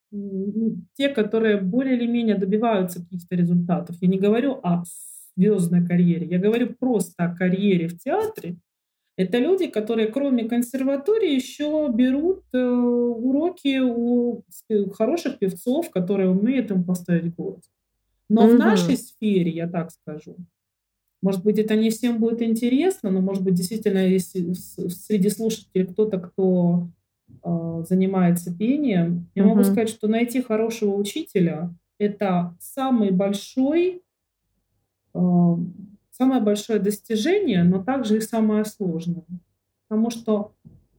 те, которые более или менее добиваются каких-то результатов. Я не говорю о звездной карьере, я говорю просто о карьере в театре. Это люди, которые кроме консерватории еще берут э, уроки у спе- хороших певцов, которые умеют им поставить голос. Но в нашей Мгм. сфере, я так скажу, может быть, это не всем будет интересно, но, может быть, действительно, если с- среди слушателей кто-то, кто э, занимается пением, я могу Мгм. сказать, что найти хорошего учителя — это самый большой, э, самое большое достижение, но также и самое сложное. Потому что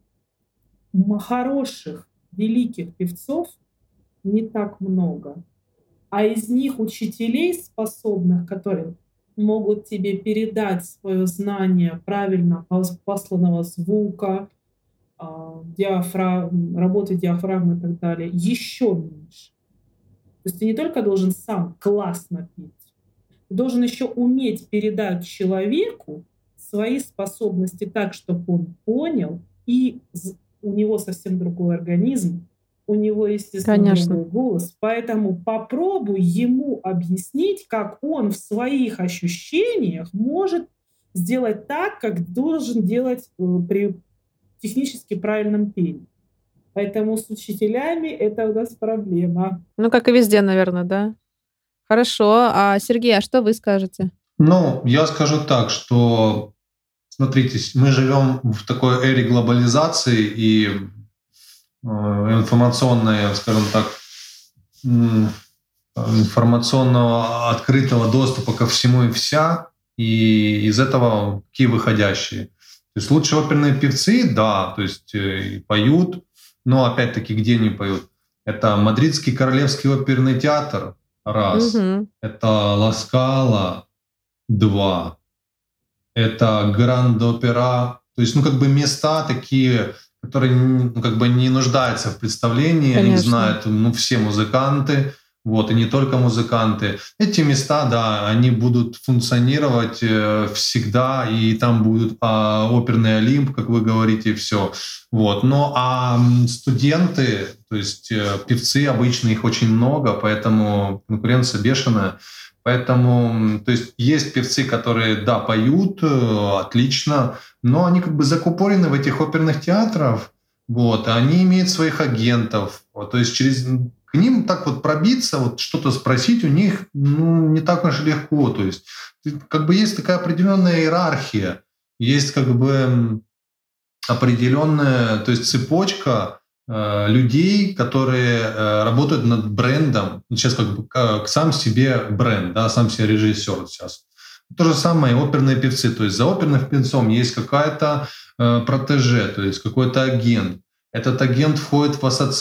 м, хороших, великих певцов не так много. А из них учителей способных, которые могут тебе передать свое знание правильно пос- посланного звука, а, диафрагм, работы диафрагмы и так далее, еще меньше. То есть ты не только должен сам классно петь, ты должен еще уметь передать человеку свои способности так, чтобы он понял, и з- у него совсем другой организм, у него, естественно, Конечно. другой голос. Поэтому попробуй ему объяснить, как он в своих ощущениях может сделать так, как должен делать э, при технически правильном пении. Поэтому с учителями это у нас проблема. Ну, как и везде, наверное, да? Хорошо. А, Сергей, а что вы скажете? Ну, я скажу так, что, смотрите, с- мы живем в такой эре глобализации и э, информационной, скажем так, м, информационного открытого доступа ко всему и вся, и из этого какие выходящие. То есть лучшие оперные певцы, да, то есть э, и поют, но опять-таки где не поют? Это Мадридский королевский оперный театр, раз. Мгм. Это Ла Скала, два. Это Гранд-опера. То есть, ну, как бы места такие, которые, н- ну, как бы не нуждаются в представлении, о них Конечно. знают, ну, все музыканты, вот, и не только музыканты. Эти места, да, они будут функционировать э, всегда, и там будет а, оперный Олимп, как вы говорите, все. Вот. Но а м, студенты, то есть э, певцы, обычно их очень много, поэтому конкуренция бешеная. Поэтому, м, то есть есть певцы, которые, да, поют э, отлично, но они как бы закупорены в этих оперных театрах, вот, и они имеют своих агентов, вот, то есть через к ним так вот пробиться, вот что-то спросить у них, ну, не так уж легко, то есть ты- как бы есть такая определенная иерархия, есть как бы м, определенная, то есть цепочка э, людей, которые э, работают над брендом. Ну, сейчас как бы как сам себе бренд, да, сам себе режиссер сейчас. То же самое и оперные певцы. То есть за оперным певцом есть какая-то э, протеже, то есть какой-то агент. Этот агент входит в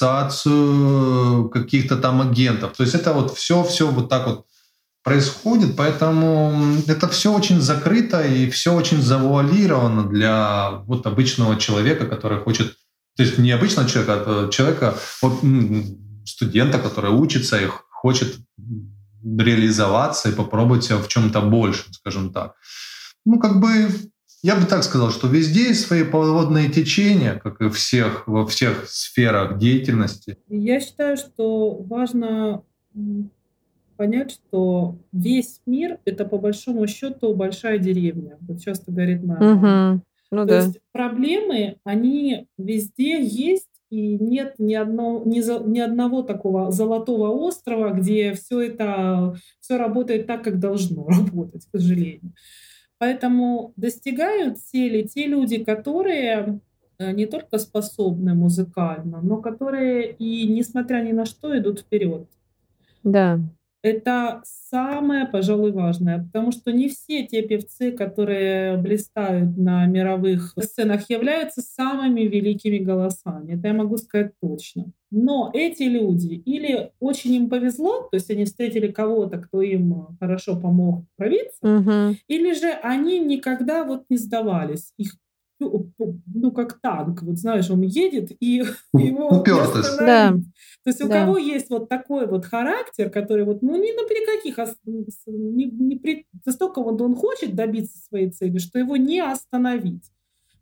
ассоциацию каких-то там агентов. То есть это вот все-все вот так вот происходит, поэтому это все очень закрыто и все очень завуалировано для вот обычного человека, который хочет, то есть не обычного человека, а человека, вот, м, студента, который учится и хочет реализоваться и попробовать себя в чем-то большем, скажем так. Ну, как бы, я бы так сказал, что везде есть свои подводные течения, как и всех, во всех сферах деятельности. И я считаю, что важно м, понять, что весь мир — это по большому счету большая деревня. Вот часто говорит моя мама. Мгм. Ну То да. есть проблемы, они везде есть, и нет ни, одно, ни, за- ни одного такого золотого острова, где все это все работает так, как должно работать, к сожалению. Поэтому достигают цели те люди, которые э, не только способны музыкально, но которые и, несмотря ни на что, идут вперед. Да. Это самое, пожалуй, важное, потому что не все те певцы, которые блистают на мировых сценах, являются самыми великими голосами. Это я могу сказать точно. Но эти люди или очень им повезло, то есть они встретили кого-то, кто им хорошо помог пробиться, Мгм. или же они никогда вот не сдавались. Их, ну, ну, как танк, вот знаешь, он едет, и его не Упертость. Да. остановить. То есть у Да. кого есть вот такой вот характер, который вот, ну, ни на при каких, ос- с- не, не при, настолько вот он хочет добиться своей цели, что его не остановить.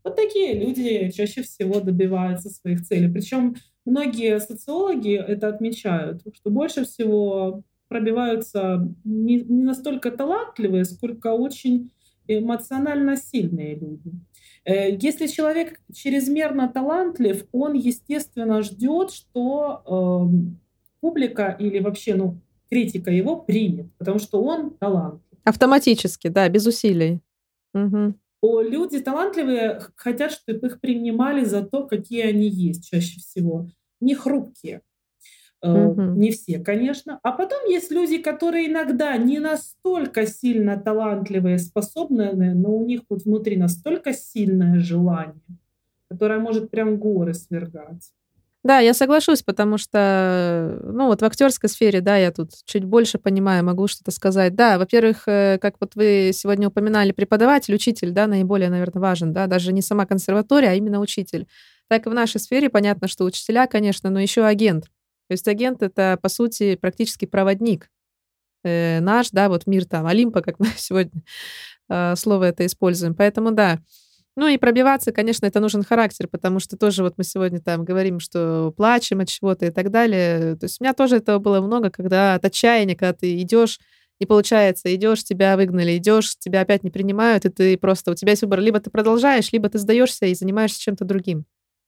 Вот такие люди чаще всего добиваются своих целей. Причем многие социологи это отмечают, что больше всего пробиваются не, не настолько талантливые, сколько очень эмоционально сильные люди. Э, Если человек чрезмерно талантлив, он, естественно, ждет, что эм, публика или вообще ну, критика его примет, потому что он талантлив. Автоматически, да, без усилий. Мгм. О, люди талантливые х- хотят, чтобы их принимали за то, какие они есть чаще всего. Не хрупкие. Э, Мгм. Не все, конечно. А потом есть люди, которые иногда не настолько сильно талантливые, способные, но у них вот внутри настолько сильное желание, которое может прям горы свергать. Да, я соглашусь, потому что, ну, вот в актерской сфере, да, я тут чуть больше понимаю, могу что-то сказать. Да, во-первых, э, как вот вы сегодня упоминали, преподаватель, учитель, да, наиболее, наверное, важен, да, даже не сама консерватория, а именно учитель. Так и в нашей сфере понятно, что учителя, конечно, но еще агент. То есть агент — это, по сути, практически проводник э, наш, да, вот мир там Олимпа, как мы сегодня э, слово это используем. Поэтому да. Ну и пробиваться, конечно, это нужен характер, потому что тоже вот мы сегодня там говорим, что плачем от чего-то и так далее. То есть у меня тоже этого было много, когда от отчаяния, когда ты идешь, не получается, идешь, тебя выгнали, идешь, тебя опять не принимают, и ты просто, у тебя есть выбор, либо ты продолжаешь, либо ты сдаешься и занимаешься чем-то другим.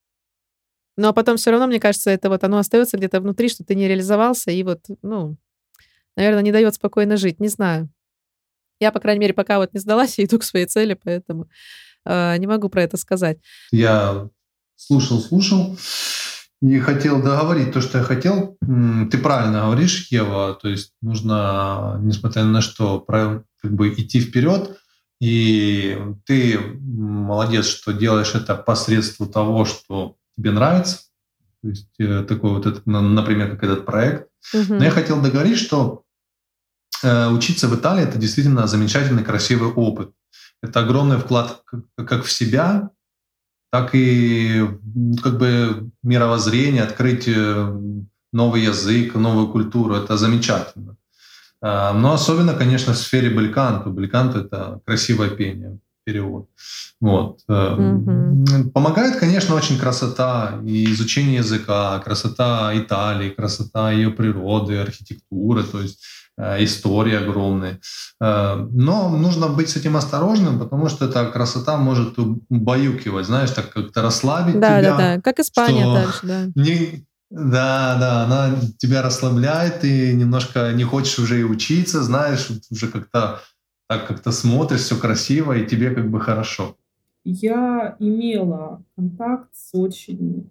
Но потом все равно, мне кажется, это вот оно остается где-то внутри, что ты не реализовался, и вот, ну, наверное, не дает спокойно жить, не знаю. Я, по крайней мере, пока вот не сдалась, я иду к своей цели, поэтому э, не могу про это сказать. Я слушал, слушал и хотел договорить то, что я хотел. М, Ты правильно говоришь, Ева, то есть нужно, несмотря ни на что, про- как бы идти вперед. И ты м, молодец, что делаешь это посредством того, что тебе нравится. То есть э, такой вот, этот, на- например, как этот проект. Но я Мгм. хотел договорить, что э, учиться в Италии — это действительно замечательный, красивый опыт. Это огромный вклад как как в себя, так и м, как бы мировоззрение, открыть э, новый язык, новую культуру. Это замечательно. А, Но особенно, конечно, в сфере бельканто. Бельканто — это красивое пение, перевод. Вот. Мгм. Эм, Помогает, конечно, очень красота и изучение языка, красота Италии, красота ее природы, архитектуры, то есть э, истории огромные. Э, Но нужно быть с этим осторожным, потому что эта красота может убаюкивать, знаешь, так как-то расслабить тебя, Да-да-да, как Испания что дальше, да. не, да, да, она тебя расслабляет, ты немножко не хочешь уже и учиться, знаешь, вот уже как-то так как-то смотришь, все красиво, и тебе как бы хорошо. Я имела контакт с очень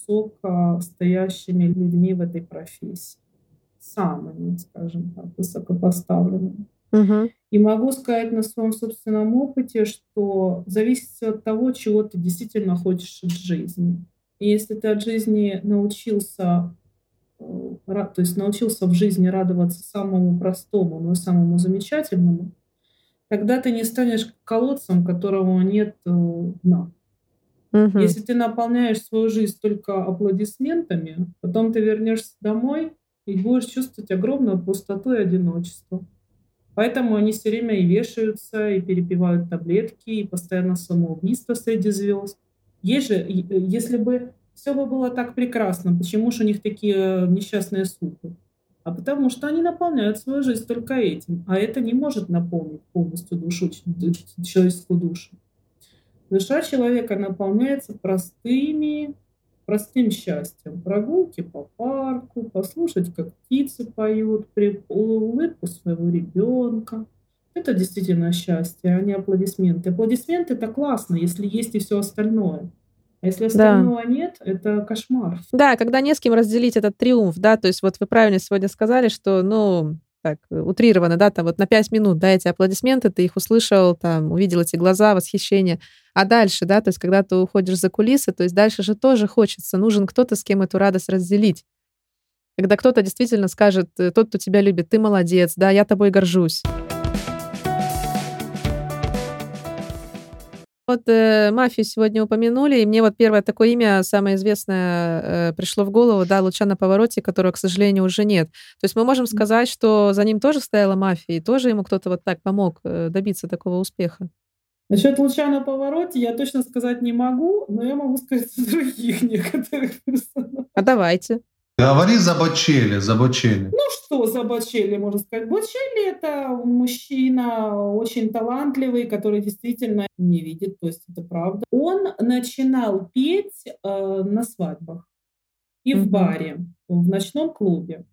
высокостоящими людьми в этой профессии, самыми, скажем так, высокопоставленными. Мгм. И могу сказать на своем собственном опыте, что зависит всё от того, чего ты действительно хочешь от жизни. И если ты от жизни научился, э, ра то есть научился в жизни радоваться самому простому, но и самому замечательному, тогда ты не станешь колодцем, которого нет, э, дна. Мгм. Если ты наполняешь свою жизнь только аплодисментами, потом ты вернешься домой и будешь чувствовать огромную пустоту и одиночество. Поэтому они все время и вешаются, и перепивают таблетки, и постоянно самоубийство среди звезд. Есть же, и, э, если бы все бы было так прекрасно, почему же у них такие э, несчастные судьбы? А потому что они наполняют свою жизнь только этим, а это не может наполнить полностью душу, ч- д- человеческую душу. Душа человека наполняется простыми, простым счастьем. Прогулки по парку, послушать, как птицы поют, при улыбку своего ребенка. Это действительно счастье, а не аплодисменты. Аплодисменты — это классно, если есть и все остальное. А если Да. остального нет, это кошмар. Да, когда не с кем разделить этот триумф, да, то есть вот вы правильно сегодня сказали, что, ну, так, э, утрированно, да, там вот на пять минут, да, эти аплодисменты, ты их услышал, там, увидел эти глаза, восхищение. А дальше, да, то есть когда ты уходишь за кулисы, то есть дальше же тоже хочется, нужен кто-то, с кем эту радость разделить. Когда кто-то действительно скажет, э, тот, кто тебя любит, ты молодец, да, я тобой горжусь. Вот, э, "Мафию" сегодня упомянули, и мне вот первое такое имя, самое известное, э, пришло в голову, да, Лучано Паваротти, которого, к сожалению, уже нет. То есть мы можем сказать, что за ним тоже стояла мафия, и тоже ему кто-то вот так помог, э, добиться такого успеха? Насчет луча на повороте я точно сказать не могу, но я могу сказать о других некоторых персонажей. А давайте. Говори за Бочелли, за Бочелли. Ну что за Бочелли, можно сказать? Бочелли — это мужчина очень талантливый, который действительно не видит, то есть это правда. Он начинал петь э, на свадьбах и в Мгм. баре, в ночном клубе.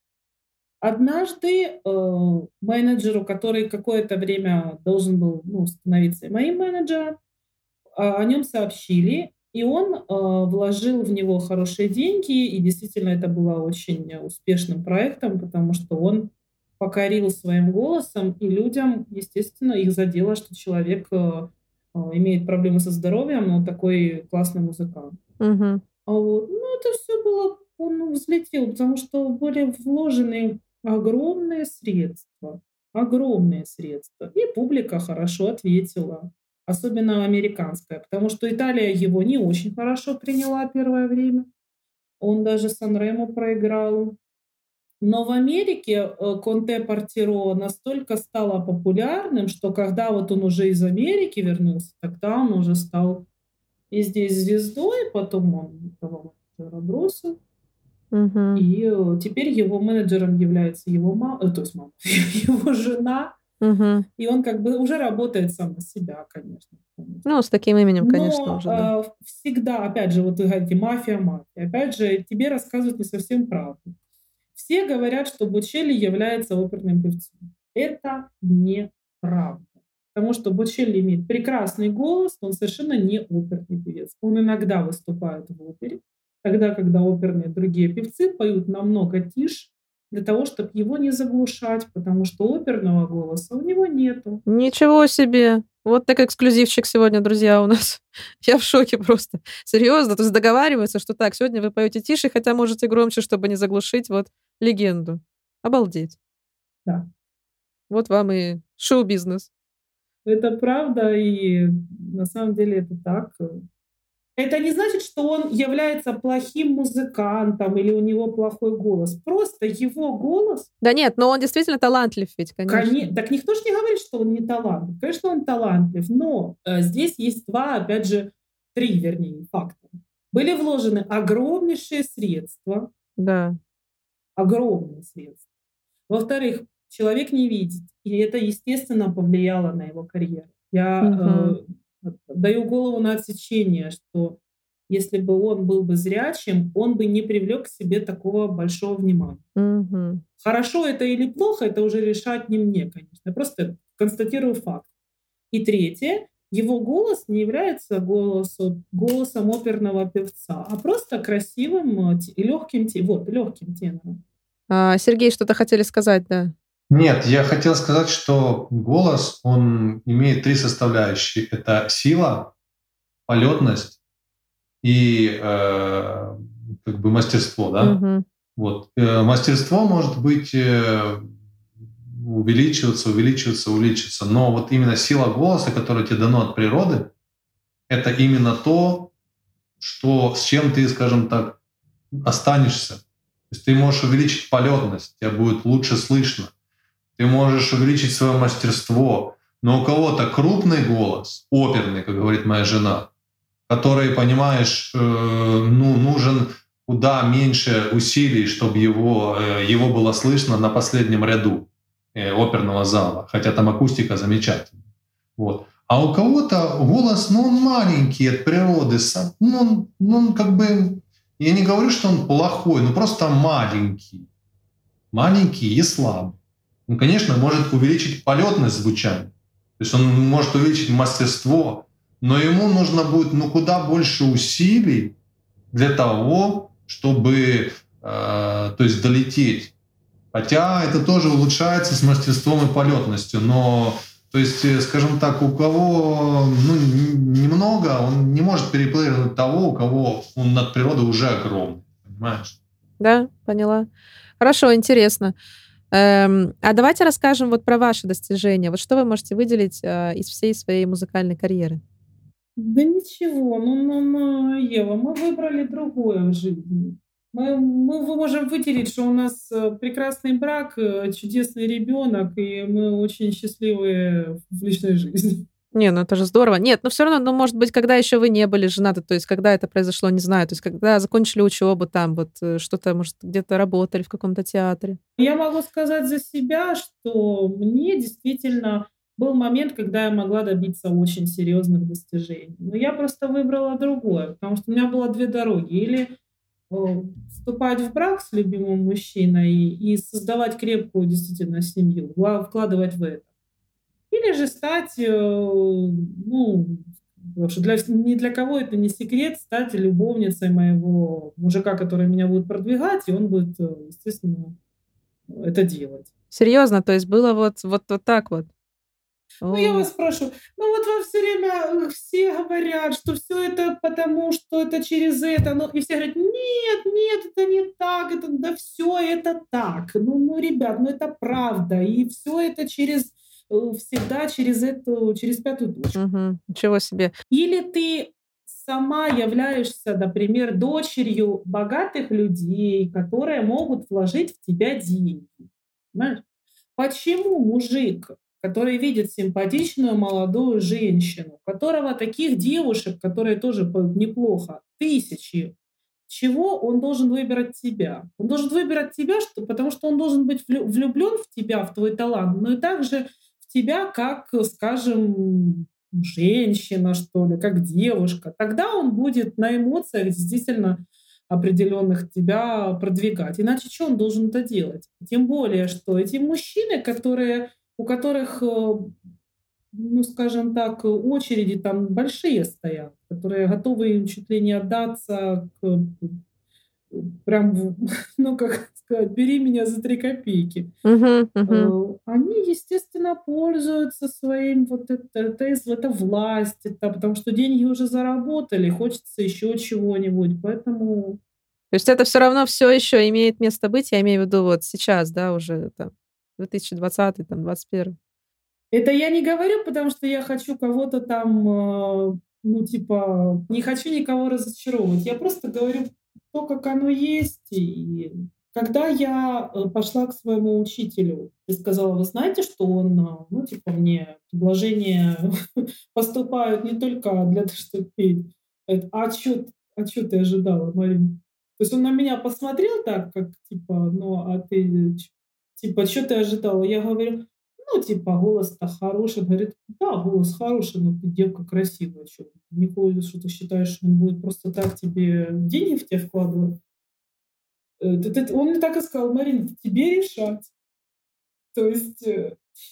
Однажды э, менеджеру, который какое-то время должен был ну, становиться моим менеджером, а, о нем сообщили, и он э, вложил в него хорошие деньги, и действительно это было очень успешным проектом, потому что он покорил своим голосом, и людям, естественно, их задело, что человек э, э, имеет проблемы со здоровьем, но такой классный музыкант. Мгм. А вот, ну, это все было, он взлетел, потому что были вложены огромные средства, огромные средства. И публика хорошо ответила, особенно американская, потому что Италия его не очень хорошо приняла первое время. Он даже Сан-Ремо проиграл. Но в Америке э, Конте Партиро настолько стало популярным, что когда вот он уже из Америки вернулся, тогда он уже стал и здесь звездой, потом он этого менеджера бросил. Мгм. И э, теперь его менеджером является его мама, то есть мама, его жена, Мгм. и он как бы уже работает сам на себя, конечно. конечно. Ну, с таким именем, конечно, Но уже, да. э, всегда, опять же, вот вы говорите, мафия, мафия. Опять же, тебе рассказывают не совсем правду. Все говорят, что Бочелли является оперным певцом. Это неправда. Потому что Бочелли имеет прекрасный голос, но он совершенно не оперный певец. Он иногда выступает в опере, тогда, когда оперные другие певцы поют намного тише, для того, чтобы его не заглушать, потому что оперного голоса у него нету. Ничего себе! Вот так эксклюзивчик сегодня, друзья, у нас. Я в шоке просто. Серьезно, то есть договариваются, что так, сегодня вы поете тише, хотя можете громче, чтобы не заглушить вот легенду. Обалдеть. Да. Вот вам и шоу-бизнес. Это правда, и на самом деле это так. Это не значит, что он является плохим музыкантом или у него плохой голос. Просто его голос... Да нет, но он действительно талантлив ведь, конечно. Коне- Так никто же не говорит, что он не талантлив. Конечно, он талантлив, но э, здесь есть два, опять же, три, вернее, фактора. Были вложены огромнейшие средства, Да. огромные средства. Во-вторых, человек не видит, и это, естественно, повлияло на его карьеру. Я Мгм. э, даю голову на отсечение, что если бы он был бы зрячим, он бы не привлек к себе такого большого внимания. Мгм. Хорошо это или плохо, это уже решать не мне, конечно. Я просто констатирую факт. И третье, его голос не является голосом, голосом оперного певца, а просто красивым э, те- и легким, те- вот, легким тенором. А, Сергей, что-то хотели сказать, да. Нет, я хотел сказать, что голос, он имеет три составляющие. Это сила, полетность и э, как бы мастерство, да? Мгм. Вот. Э, мастерство может быть э, увеличиваться, увеличиваться, увеличиваться, но вот именно сила голоса, которая тебе дано от природы, это именно то, что, с чем ты, скажем так, останешься. То есть ты можешь увеличить полетность, тебя будет лучше слышно. Ты можешь увеличить свое мастерство. Но у кого-то крупный голос, оперный, как говорит моя жена, который, понимаешь, э, ну, нужен куда меньше усилий, чтобы его, э, его было слышно на последнем ряду э, оперного зала, хотя там акустика замечательная. Вот. А у кого-то голос, ну, он маленький от природы, сам- ну, он, ну, он как бы, я не говорю, что он плохой, но просто маленький, маленький и слабый. Он, конечно, может увеличить полетность звучания, то есть он может увеличить мастерство, но ему нужно будет, ну, куда больше усилий для того, чтобы, э, то есть, долететь. Хотя это тоже улучшается с мастерством и полетностью, но, то есть, э, скажем так, у кого, ну, н- немного, он не может переплывать того, у кого он над природой уже огромный, понимаешь? Да, поняла. Хорошо, интересно. Эм, а давайте расскажем вот про ваши достижения. Вот что вы можете выделить а, из всей своей музыкальной карьеры? Да ничего, ну, ну, ну, Ева, мы выбрали другое в жизни. Мы, мы вы- можем выделить, что у нас э, прекрасный брак, э, чудесный ребенок, и мы очень счастливые в личной жизни. Не, ну это же здорово. Нет, но всё равно, ну, может быть, когда еще вы не были женаты, то есть когда это произошло, не знаю, то есть когда закончили учебу, там вот, э, что-то, может, где-то работали в каком-то театре? Я могу сказать за себя, что мне действительно был момент, когда я могла добиться очень серьезных достижений. Но я просто выбрала другое, потому что у меня было две дороги: или, э, вступать в брак с любимым мужчиной и создавать крепкую действительно семью, вла вкладывать в это, или же стать, э, ну, потому что для вс ни для кого это не секрет, стать любовницей моего мужика, который меня будет продвигать, и он будет, э, естественно, это делать. Серьезно, то есть было вот вот вот так вот? Ну, я О. вас спрашиваю, ну вот вам всё время, э, все говорят, что всё это потому, что это через это, ну, и все говорят: "Нет, нет, это не так, это да всё это так". Ну ну, ребят, ну это правда, и всё это через, э, всегда через эту, через пятую точку. Мгм. Ничего себе. Или ты сама являешься, например, дочерью богатых людей, которые могут вложить в тебя деньги. Понимаешь? Почему мужик, который видит симпатичную молодую женщину, у которого таких девушек, которые тоже поют неплохо, тысячи, чего он должен выбирать тебя? Он должен выбирать тебя, что потому что он должен быть влю влюблён в тебя, в твой талант, но и также в тебя как, скажем, женщина, что ли, как девушка. Тогда он будет на эмоциях действительно определённых тебя продвигать. Иначе чё он должен это делать? Тем более, что эти мужчины, которые у которых, э, ну, скажем так, очереди там большие стоят, которые готовы им чуть ли не отдаться к э, прям в ну, как сказать, бери меня за три копейки. Мгм, мгм. Э, они, естественно, пользуются своим вот это это это власть, это потому что деньги уже заработали, хочется ещё чего-нибудь, поэтому То есть это всё равно всё еще имеет место быть, я имею в виду вот сейчас, да, уже там две тысячи двадцатый, там, двадцать первый. Это я не говорю, потому что я хочу кого-то там, э, ну, типа, не хочу никого разочаровывать. Я просто говорю то, как оно есть. И когда я, э, пошла к своему учителю и сказала: "Вы знаете, что он, э, ну, типа, мне предложения поступают не только для того, чтобы петь". Говорит: "А чё т а чё ты ожидала, Марин?" То есть он на меня посмотрел так, как типа: "Ну, а ты ч типа, чё ты ожидала?" Я говорю: "Ну, типа, голос-то хороший". Говорит: "Да, голос хороший, но ты девка красивая. Чё, не ходишь, что ты считаешь, что он будет просто так тебе деньги в тя вкладывать?" Э, т т он мне так и сказал: "Марина, тебе решать". То есть, э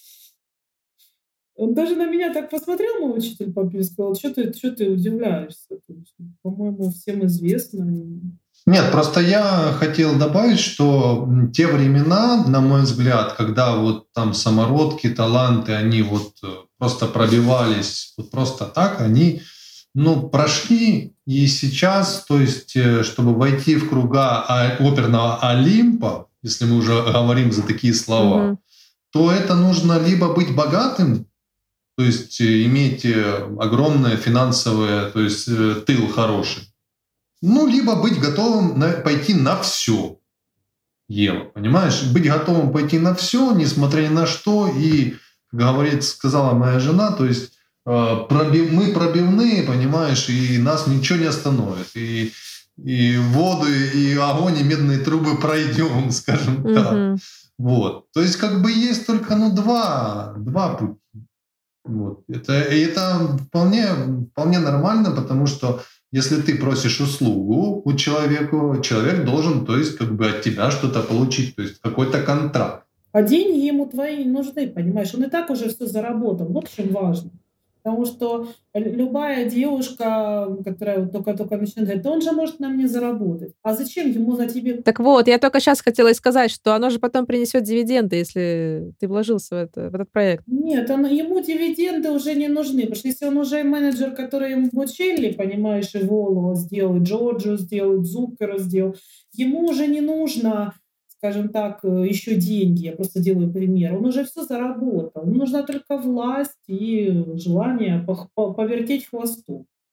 Он даже на меня так посмотрел, мой учитель по пению, сказал: "Чё ты чё ты удивляешься? То есть, по-моему, всем известно и" Нет, просто я хотел добавить, что, м, те времена, на мой взгляд, когда вот там самородки, таланты, они вот, э, просто пробивались вот просто так, они, ну, прошли. И сейчас, то есть, э, чтобы войти в круга а оперного Олимпа, если мы уже говорим за такие слова, Мгм. то это нужно либо быть богатым, то есть иметь, э, огромное финансовое, то есть, э, тыл хороший, ну, либо быть готовым на пойти на всё. Ева, понимаешь? Быть готовым пойти на всё, несмотря ни на что. И, как говорит сказала моя жена, то есть, э, проби мы пробивные, понимаешь, и нас ничего не остановит. И и воду, и огонь, и медные трубы пройдем, скажем так. Мгм. Вот. То есть как бы есть только, ну, два два пути. Вот. Это и это вполне вполне нормально, потому что если ты просишь услугу у человеку, человек должен, то есть как бы от тебя что-то получить, то есть какой-то контракт. А деньги ему твои не нужны, понимаешь? Он и так уже всё заработал. Вот в чём важно. Потому что лю любая девушка, которая вот тока-тока начинает говорить: "Да он же может на мне заработать". А зачем ему на тебе Так вот, я только щас хотела и сказать, что оно же потом принесет дивиденды, если ты вложился в это в этот проект. Нет, оно ему дивиденды уже не нужны, потому что если он уже менеджер, который ему Бочелли, понимаешь, и Воло сделал, Джорджио сделал, Цуккера сделал, ему уже не нужно, скажем так, э, ещё деньги. Я просто делаю пример. Он уже всё заработал. Ему нужна только власть и желание пох по повертеть хвостом.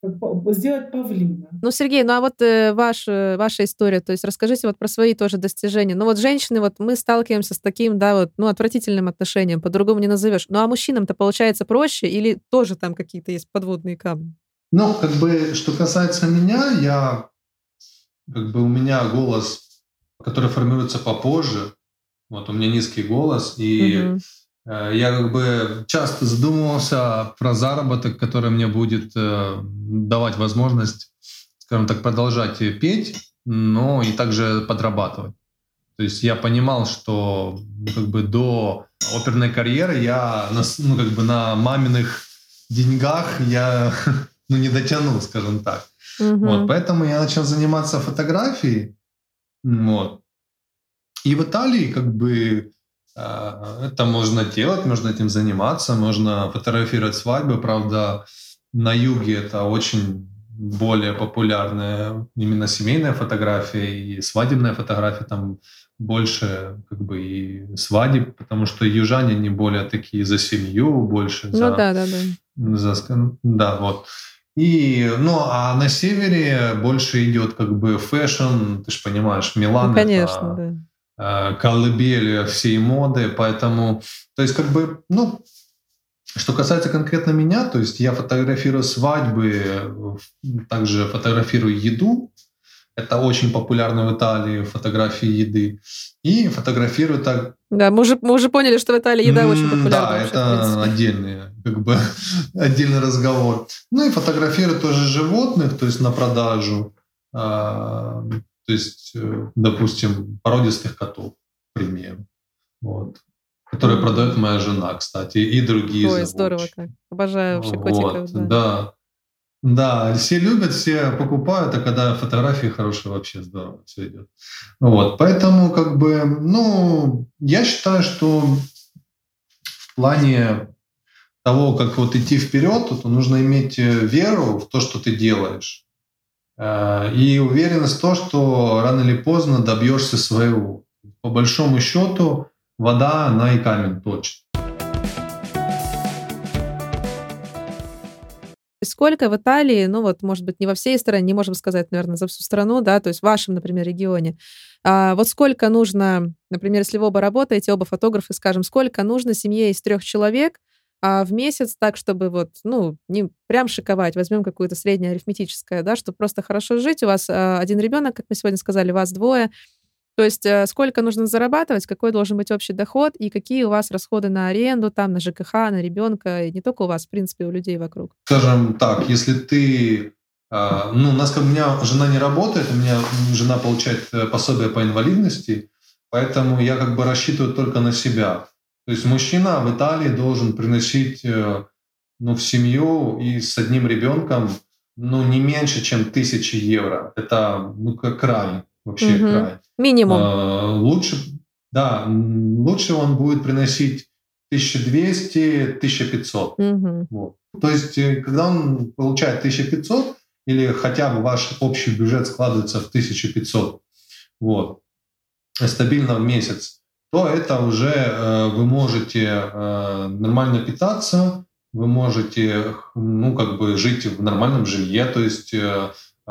как па сделать павлина. Ну, Сергей, ну а вот э, ваш, э, ваша история, то есть расскажите вот про свои тоже достижения. Ну вот женщины, вот мы сталкиваемся с таким, да, вот, ну, отвратительным отношением, по-другому не назовешь. Ну а мужчинам-то получается проще или тоже там какие-то есть подводные камни? Ну, как бы, что касается меня, я, как бы у меня голос, который формируется попозже, вот у меня низкий голос, и Мгм. э, я как бы часто задумывался про заработок, который мне будет э, давать возможность, скажем так, продолжать э, петь, но и также подрабатывать. То есть я понимал, что ну, как бы до оперной карьеры я на, с- ну, как бы на маминых деньгах я ну, не дотянул, скажем так. Вот, Мгм. поэтому я начал заниматься фотографией. М, Вот. И в Италии как бы э, это можно делать, можно этим заниматься, можно фотографировать свадьбы. Правда, на юге это очень более популярная именно семейная фотография и свадебная фотография. Там больше как бы и свадеб, потому что южане не более такие за семью, больше Ну за, да, да, да. за ска- да, вот. И, ну, а на севере больше идет как бы фэшн, ты же понимаешь, Ну, Милан конечно, это да. э, колыбель всей моды, поэтому, то есть как бы, ну, что касается конкретно меня, то есть я фотографирую свадьбы, э, также фотографирую еду, это очень популярно в Италии, фотографии еды, и фотографирую так. Да, мы уже, мы уже поняли, что в Италии еда очень М, популярна Да, вообще, в это принципе. отдельный, как бы, отдельный разговор. Ну и фотографирую тоже животных, то есть на продажу. А, то есть, э, допустим, породистых котов, к примеру. Вот. Которые продает Мгм. моя жена, кстати, и другие Ой, здорово заводчики. как. Обожаю вообще Вот, котиков, да. да. Да, все любят, все покупают, а когда фотографии хорошие, вообще здорово все идет. Вот, поэтому как бы, ну, я считаю, что в плане того, как вот идти вперед, то нужно иметь э, веру в то, что ты делаешь, э, и уверенность в то, что рано или поздно добьешься своего. По большому счету, вода, она и камень точит. Сколько в Италии, ну вот, может быть, не во всей стране, не можем сказать, наверное, за всю страну, да, то есть в вашем, например, регионе. А, вот сколько нужно, например, если вы оба работаете, оба фотографы, скажем, сколько нужно семье из трех человек а, в месяц, так, чтобы вот, ну, не прям шиковать, возьмем какое-то среднее арифметическое, да, чтобы просто хорошо жить. У вас а, один ребенок, как мы сегодня сказали, вас двое. То есть э, сколько нужно зарабатывать, какой должен быть общий доход и какие у вас расходы на аренду, там, на ЖКХ, на ребенка, и не только у вас, в принципе, у людей вокруг. Скажем так, если ты, а, ну, у нас как у меня жена не работает, у меня жена получает э, пособие по инвалидности, поэтому я как бы рассчитываю только на себя. То есть мужчина в Италии должен приносить, э, ну, в семью и с одним ребенком, ну, не меньше, чем тысячи евро. Это, ну, как край, вообще Мгм. край. Минимум. А, лучше, да, м, лучше он будет приносить тысяча двести - тысяча пятьсот. Мгм. Вот. То есть, э, когда он получает тысяча пятьсот или хотя бы ваш общий бюджет складывается в тысячу пятьсот, вот, э, стабильно в месяц, то это уже э, вы можете э, нормально питаться, вы можете, ну, как бы жить в нормальном жилье, то есть э,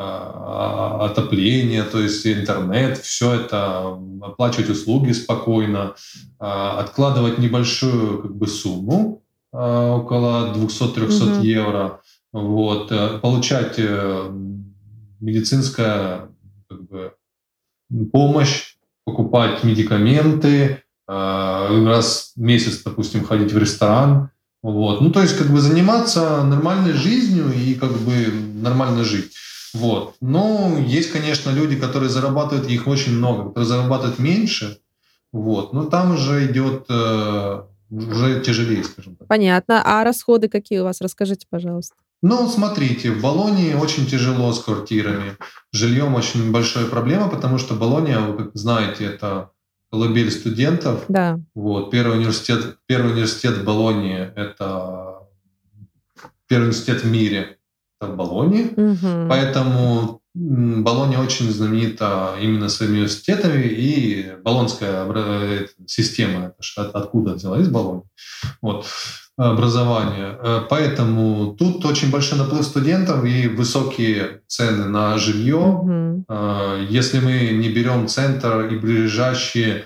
а, отопление, то есть интернет, все это, оплачивать услуги спокойно, а, откладывать небольшую как бы сумму, а, около двести-триста Мгм. евро, вот, э, получать э, медицинское как бы помощь, покупать медикаменты, а, раз в месяц, допустим, ходить в ресторан. Вот. Ну, то есть, как бы заниматься нормальной жизнью и как бы нормально жить. Вот. Но есть, конечно, люди, которые зарабатывают, их очень много, которые зарабатывают меньше. Вот. Но там уже идет э, уже тяжелее, скажем так. Понятно. А расходы какие у вас? Расскажите, пожалуйста. Ну, смотрите, в Болонии очень тяжело с квартирами. С жильем очень большая проблема, потому что Болония, вы как знаете, это колыбель студентов. Да. Вот. Первый университет, первый университет в Болонии — это первый университет в мире — это в Болонии. Мгм. Поэтому м, Болония очень знаменита именно своими университетами, и болонская обра- э, система, это ж от- откуда взялась Болония. Вот. образования. Поэтому тут очень большой наплыв студентов и высокие цены на жилье. Мгм. Если мы не берем центр и ближайшие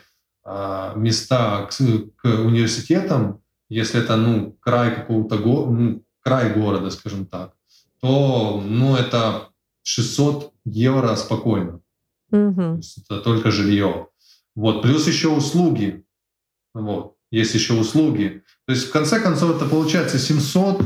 места к, к университетам, если это ну, край какого-то го, ну, край города, скажем так, то ну, это шестьсот евро спокойно. То Мгм. есть это только жилье. Вот. Плюс еще услуги. Вот. Есть еще услуги. То есть в конце концов это получается семьсот,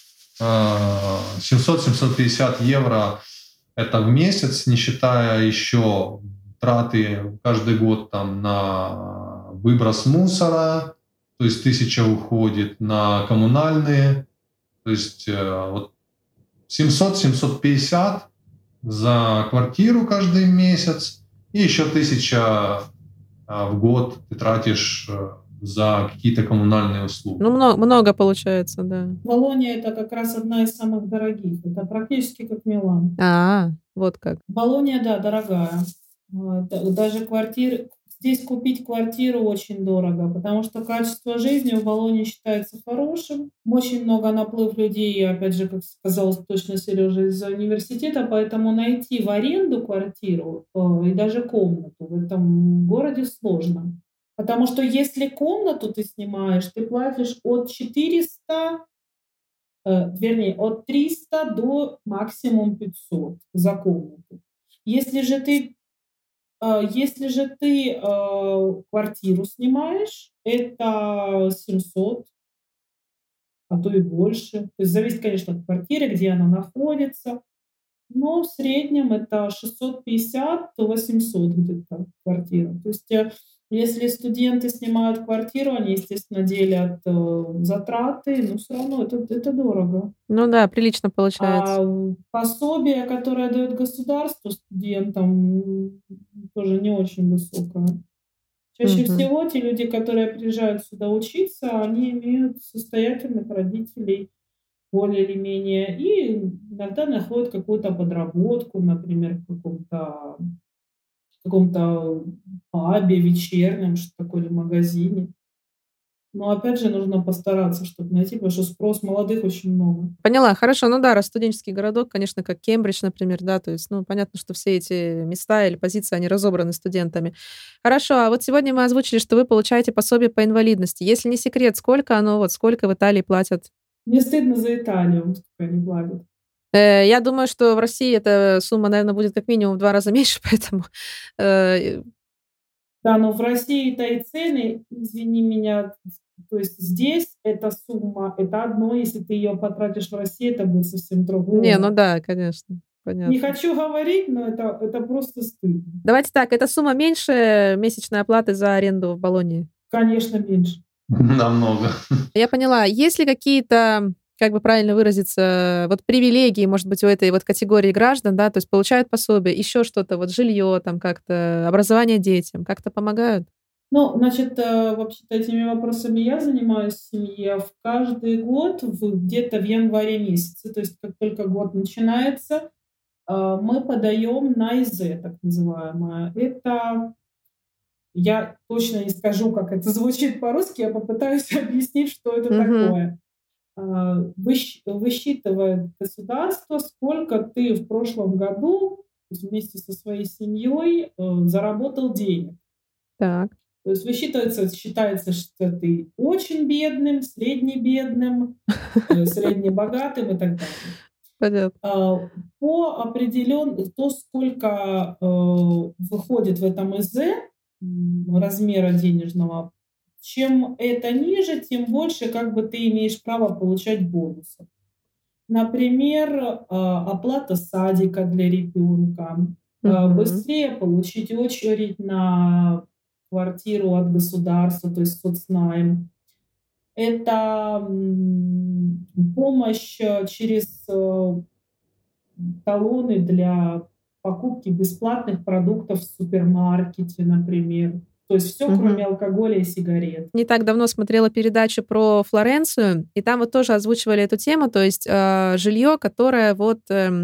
семьсот-семьсот пятьдесят евро это в месяц, не считая еще траты каждый год там на выброс мусора, то есть тысяча уходит на коммунальные, то есть э, вот семьсот-семьсот пятьдесят за квартиру каждый месяц и еще тысяча э, в год ты тратишь э, за какие-то коммунальные услуги. Ну, много, много получается, да. Болонья — это как раз одна из самых дорогих. Это практически как Милан. А, вот как. Болонья, да, дорогая. Вот. Даже квартиры... Здесь купить квартиру очень дорого, потому что качество жизни в Болонье считается хорошим. Очень много наплыв людей, опять же, как сказал точно Сережа, из университета, поэтому найти в аренду квартиру и даже комнату в этом городе сложно. Потому что если комнату ты снимаешь, ты платишь от четырёхсот, э, вернее, от трёхсот до максимум пятьсот за комнату. Если же ты Если же ты э, квартиру снимаешь, это семьсот, а то и больше. То есть зависит, конечно, от квартиры, где она находится. Но в среднем это шестьсот пятьдесят - восемьсот где-то квартира. То есть э, если студенты снимают квартиру, они, естественно, делят э, затраты, но все равно это, это дорого. Ну да, прилично получается. А пособие, которое дает государство студентам, м, тоже не очень высокое. Чаще Мгм. всего те люди, которые приезжают сюда учиться, они имеют состоятельных родителей более или менее, и иногда находят какую-то подработку, например, в каком-то каком-то пабе вечернем, что такое, или магазине. Но опять же нужно постараться, чтобы найти, потому что спрос молодых очень много. Поняла, хорошо. Ну да, раз студенческий городок, конечно, как Кембридж, например, да, то есть, ну, понятно, что все эти места или позиции, они разобраны студентами. Хорошо, а вот сегодня мы озвучили, что вы получаете пособие по инвалидности. Если не секрет, сколько оно, вот сколько в Италии платят? Мне стыдно за Италию, сколько они платят. Э, я думаю, что в России эта сумма, наверное, будет как минимум в два раза меньше, поэтому э, Да, но в России-то и цены, извини меня, то есть здесь эта сумма, это одно, если ты ее потратишь в России, это будет совсем не, ну другое. да, конечно, Не понятно. хочу говорить, но это, это просто стыдно. Давайте так, эта сумма меньше месячной оплаты за аренду в Болонии? Конечно, меньше. Намного. Я поняла. Есть ли какие-то, как бы правильно выразиться, вот привилегии, может быть, у этой вот категории граждан, да, то есть получают пособие, еще что-то, вот жилье там как-то, образование детям, как-то помогают? Ну, значит, э, вообще-то этими вопросами я занимаюсь в семье в каждый год, в, где-то в январе месяце, то есть как только год начинается, э, мы подаем на ИЗ, так называемое. Это, я точно не скажу, как это звучит по-русски, я попытаюсь объяснить, что это Мгм. такое. А, выщ- Высчитывает государство, сколько ты в прошлом году вместе со своей семьей э, заработал денег. Так, То есть высчитывается, считается, что ты очень бедным, среднебедным, э, среднебогатым и так далее. понятно. А, По определен то, сколько э, выходит в этом ИЗ м, размера денежного, чем это ниже, тем больше как бы ты имеешь право получать бонусов. Например, а, оплата садика для ребенка, а, Мгм. быстрее получить очередь на квартиру от государства, то есть соцнайм. Это м, помощь э, через э, талоны для покупки бесплатных продуктов в супермаркете, например. То есть все, кроме Мгм. алкоголя и сигарет. Не так давно смотрела передачу про Флоренцию, и там вот тоже озвучивали эту тему, то есть э, жилье, которое вот эм,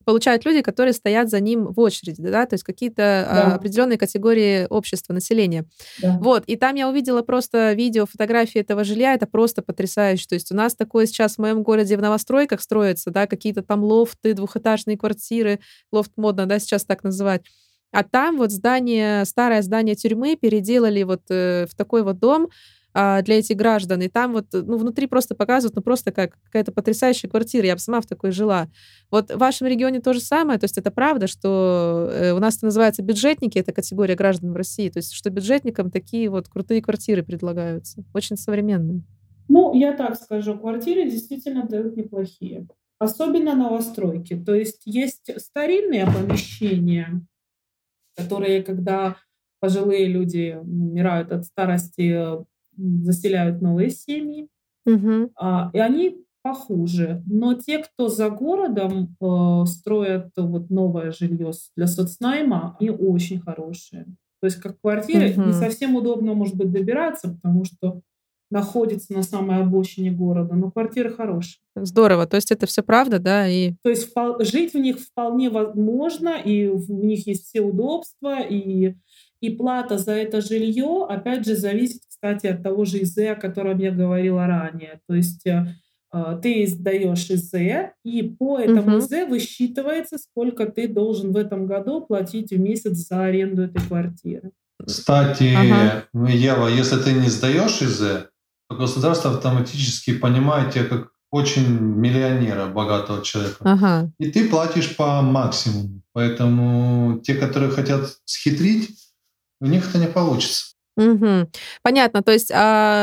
получают люди, которые стоят за ним в очереди, да, то есть какие-то Да. определенные категории общества, населения. Да. Вот, и там я увидела просто видео, фотографии этого жилья, это просто потрясающе. То есть у нас такое сейчас в моем городе в новостройках строится, да, какие-то там лофты, двухэтажные квартиры, лофт модно, да, сейчас так называть. А там вот здание, старое здание тюрьмы переделали вот э, в такой вот дом а, для этих граждан. И там вот, ну, внутри просто показывают, ну, просто как какая-то потрясающая квартира. Я бы сама в такой жила. Вот в вашем регионе то же самое? То есть это правда, что э, у нас это называется бюджетники, это категория граждан в России, то есть что бюджетникам такие вот крутые квартиры предлагаются, очень современные? Ну, я так скажу, квартиры действительно дают неплохие. Особенно новостройки. То есть есть старинные помещения, которые, когда пожилые люди умирают от старости, м, заселяют новые семьи, Мгм. а, и они похуже. Но те, кто за городом э, строят вот новое жилье с- для соцнайма, они очень хорошие. То есть как квартиры не Мгм. совсем удобно, может быть, добираться, потому что находится на самой обочине города, но квартиры хорошие. Здорово, то есть это все правда, да, и То есть впол- жить в них вполне возможно, и в в них есть все удобства, и, и плата за это жилье, опять же, зависит, кстати, от того же ИЗ, о котором я говорила ранее. То есть э, э, ты сдаешь ИЗ, и по этому Мгм. ИЗ высчитывается, сколько ты должен в этом году платить в месяц за аренду этой квартиры. Кстати, Ага. ну, Ева, если ты не сдаешь ИЗ, то государство автоматически понимает тебя как очень миллионера, богатого человека. Ага. И ты платишь по максимуму. Поэтому те, которые хотят схитрить, у них это не получится. Мгм. Понятно, то есть,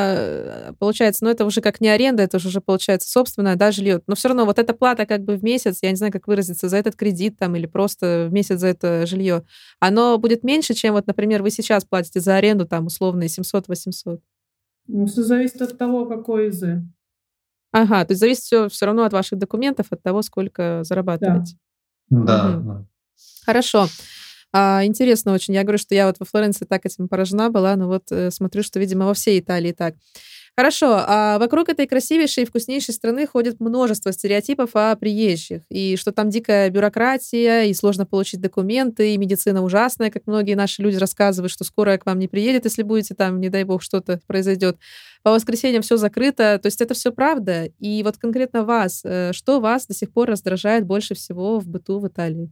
а, получается, ну, это уже как не аренда, это же уже, получается, собственное, да, жилье. Но все равно вот эта плата как бы в месяц, я не знаю, как выразиться, за этот кредит там или просто в месяц за это жилье, оно будет меньше, чем вот, например, вы сейчас платите за аренду там условные семьсот-восемьсот. Ну, все зависит от того, какой ИЗ. Ага, то есть зависит все все равно от ваших документов, от того, сколько Да. зарабатываете. Да, Мгм. да. Хорошо. А, интересно очень. Я говорю, что я вот во Флоренции так этим поражена была, но вот э, смотрю, что, видимо, во всей Италии так. Хорошо. А вокруг этой красивейшей и вкуснейшей страны ходит множество стереотипов о приезжих. И что там дикая бюрократия, и сложно получить документы, и медицина ужасная, как многие наши люди рассказывают, что скорая к вам не приедет, если будете там, не дай бог, что-то произойдет. По воскресеньям все закрыто. То есть это все правда. И вот конкретно вас, э, что вас до сих пор раздражает больше всего в быту в Италии?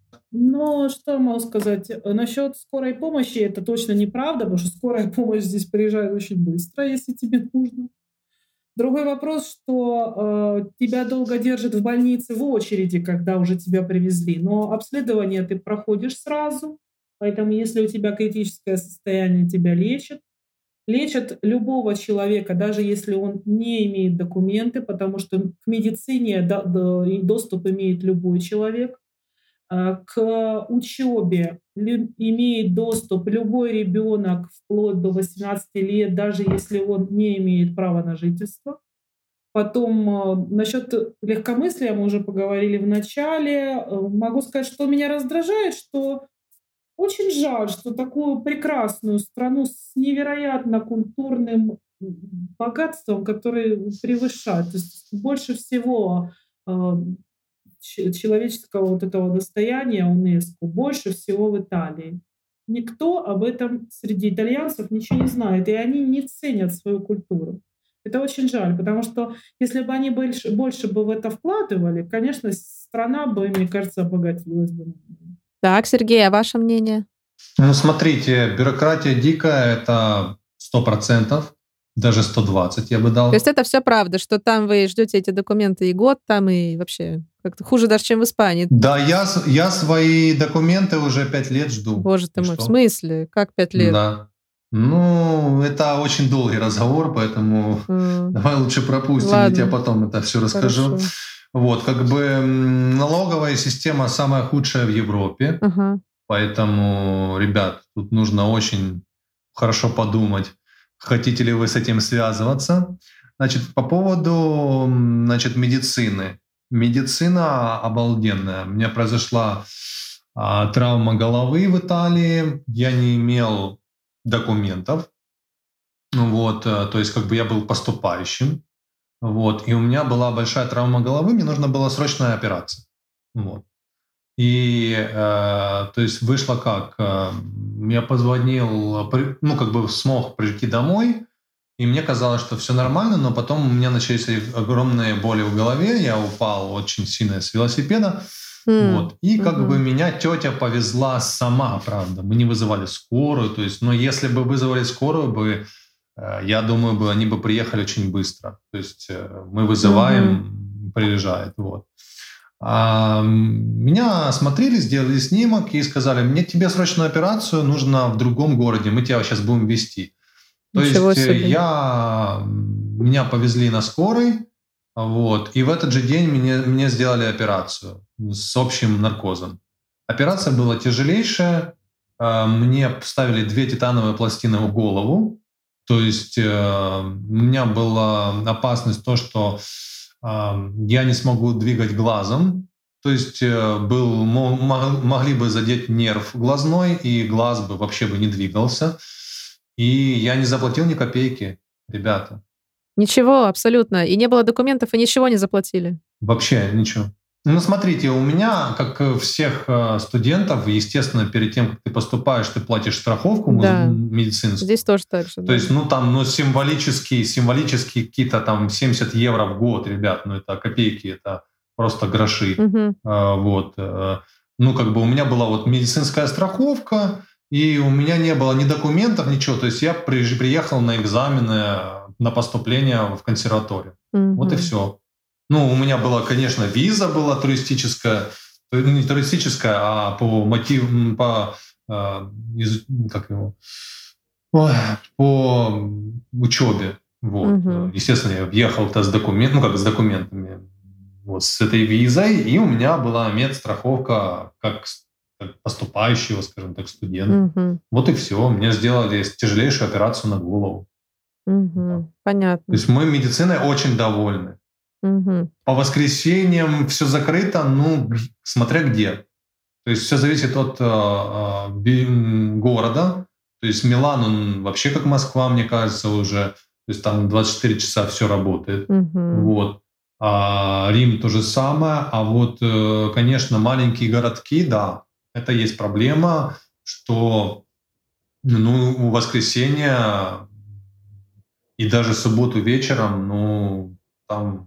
Но что могу сказать? Э, Насчет скорой помощи это точно неправда, потому что скорая помощь здесь приезжает очень быстро, если тебе нужно. Другой вопрос, что э, тебя долго держат в больнице в очереди, когда уже тебя привезли, но обследование ты проходишь сразу, поэтому если у тебя критическое состояние, тебя лечат. Лечат любого человека, даже если он не имеет документы, потому что к медицине до- до- и доступ имеет любой человек. А, К учебе имеет доступ любой ребенок вплоть до восемнадцати лет, даже если он не имеет права на жительство. Потом а, насчет легкомыслия мы уже поговорили в начале. Э, Могу сказать, что меня раздражает, что очень жаль, что такую прекрасную страну с невероятно культурным м, богатством, которое превышает. То есть больше всего а, ч- человеческого вот этого достояния ЮНЕСКО, больше всего в Италии. Никто об этом среди итальянцев ничего не знает, и они не ценят свою культуру. Это очень жаль, потому что если бы они больше, больше бы в это вкладывали, конечно, страна бы, мне кажется, обогатилась бы. Так, Сергей, а ваше мнение? Ну, смотрите, бюрократия дикая — это сто процентов, даже сто двадцать я бы То есть дал. это все правда, что там вы ждете эти документы и год там, и вообще как-то хуже даже, чем в Испании. Да, я, с- я свои документы уже пять лет жду. Боже ты И мой, в что? смысле? Как пять лет? Да. Ну, это очень долгий разговор, поэтому М, давай лучше пропустим, я тебе Ладно, потом это все расскажу. хорошо. Вот, как бы м, налоговая система самая худшая в Европе, Ага. поэтому, ребят, тут нужно очень хорошо подумать, хотите ли вы с этим связываться. Значит, по поводу, м, значит, медицины. Медицина обалденная. У меня произошла а, травма головы в Италии. Я не имел документов. Ну вот, э, то есть как бы я был поступающим. Вот, и у меня была большая травма головы, мне нужна была срочная операция. Вот. И, э, то есть, вышло как? Э, я позвонил, при ну, как бы смог прийти домой, и мне казалось, что всё нормально, но потом у меня начались огромные боли в голове, я упал очень сильно с велосипеда. М, Вот. И как бы мгм. меня тётя повезла сама, правда. Мы не вызывали скорую, то есть, но если бы вызвали скорую бы, э, я думаю бы, они бы приехали очень быстро. То есть, э, мы Мгм. вызываем, приезжает, вот. А, меня осмотрели, сделали снимок и сказали: "Мне тебе срочную операцию нужно в другом городе, мы тебя щас будем везти". То Ничего есть, э, себе. я меня повезли на скорой, вот, и в этот же день мне мне сделали операцию с общим наркозом. Операция была тяжелейшая. А, мне вставили две титановые пластины в голову. То есть, э, у меня была опасность то, что, ам, я не смогу двигать глазом. То есть, э, был мо мо могли бы задеть нерв глазной, и глаз бы вообще бы не двигался. И я не заплатил ни копейки, ребята. Ничего, абсолютно. И не было документов, и ничего не заплатили? Вообще ничего. Ну, смотрите, у меня, как и у всех, э, студентов, естественно, перед тем, как ты поступаешь, ты платишь страховку муз Да, медицинскую. здесь тоже так же, То да. есть, ну, там, ну, символические символические какие-то там семьдесят евро в год, ребят, ну, это копейки, это просто гроши. Мгм. А, вот, э, ну, как бы у меня была вот медицинская страховка, и у меня не было ни документов, ничего. То есть я приж приехал на экзамены на поступление в консерваторию. Вот и Мгм. всё. Ну, у меня была, конечно, виза была туристическая, э, ну, не туристическая, а по мотив м, по, а, из как его, ой, по учёбе. Вот. Э, Мгм. естественно, я въехал-то с докумен ну, как с документами, вот с этой визой, и у меня была медстраховка как с как поступающего, скажем так, студента. Мгм. Вот и всё. Мне сделали с тяжелейшую операцию на голову. Да. Мгм. То Понятно. есть мы медициной очень довольны. Мгм. По воскресеньям всё закрыто, ну, г смотря где. То есть всё зависит от, а, а, би м, города. То есть Милан, он вообще как Москва, мне кажется, уже. То есть там двадцать четыре часа всё работает. Мгм. Вот. А Рим то же самое. А вот, э, конечно, маленькие городки, да, это есть проблема, что, ну, в воскресенье и даже в субботу вечером, ну, там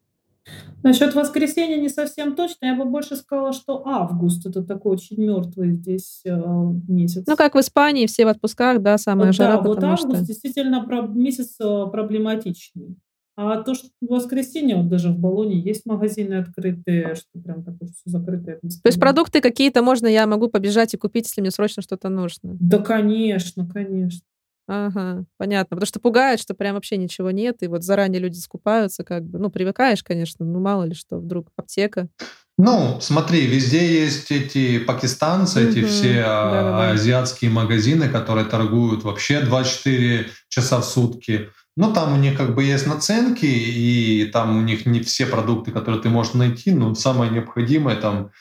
Насчёт воскресенья не совсем точно. Я бы больше сказала, что август- это такой очень мёртвый здесь, э, Ну, месяц. как в Испании, все в отпусках, да, Э, самая жара, да, вот потому август что действительно проб месяц, э, проблематичный. А то, что в воскресенье, вот даже в Болонье есть магазины открытые, что прям такое, что всё закрытое в То есть Москве. продукты какие-то можно я могу побежать и купить, если мне срочно что-то нужно? Да, конечно, конечно. Ага, понятно. Потому что пугает, что прям вообще ничего нет, и вот заранее люди скупаются как бы. Ну, привыкаешь, конечно, но мало ли что, вдруг аптека. Ну, смотри, везде есть эти пакистанцы, эти все, Мгм. а, Да-да-да. азиатские магазины, которые торгуют вообще двадцать четыре часа в сутки. Ну, там у них как бы есть наценки, и там у них не все продукты, которые ты можешь найти, но самое необходимое там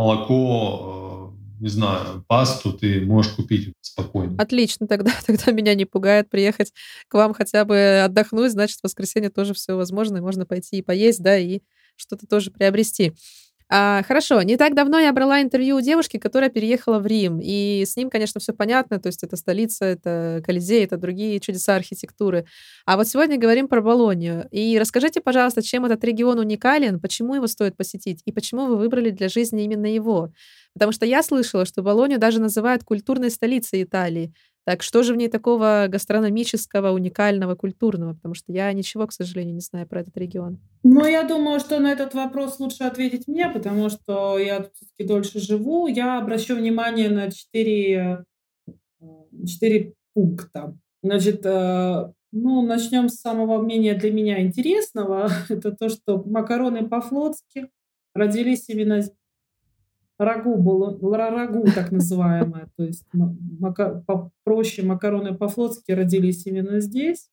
молоко, э, не знаю, пасту ты можешь купить спокойно. Отлично, тогда тогда меня не пугает приехать к вам хотя бы отдохнуть. Значит, в воскресенье тоже всё возможно, и можно пойти и поесть, да, и что-то тоже приобрести. А, хорошо, не так давно я брала интервью у девушки, которая переехала в Рим, и с ним, конечно, всё понятно. То есть это столица, это Колизей, это другие чудеса архитектуры. А вот сегодня говорим про Болонью. И расскажите, пожалуйста, чем этот регион уникален, почему его стоит посетить и почему вы выбрали для жизни именно его? Потому что я слышала, что Болонью даже называют культурной столицей Италии. Так что же в ней такого гастрономического, уникального, культурного? Потому что я ничего, к сожалению, не знаю про этот регион. Ну, я думаю, что на этот вопрос лучше ответить мне, потому что я тут всё-таки дольше живу. Я обращу внимание на четыре, э, четыре пункта. Значит, э, ну, начнём с самого менее для меня интересного. Это то, что макароны по-флотски родились именно з Рагу было ра рагу так называемое, то есть ма мака попроще, макароны по-флотски родились именно здесь.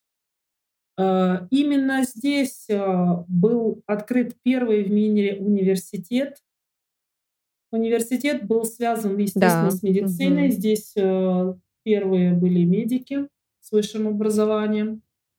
Э, именно здесь, э, был открыт первый в мире университет. Университет был связан, естественно, Да. с медициной. Мгм. Здесь, э, первые были медики с высшим образованием.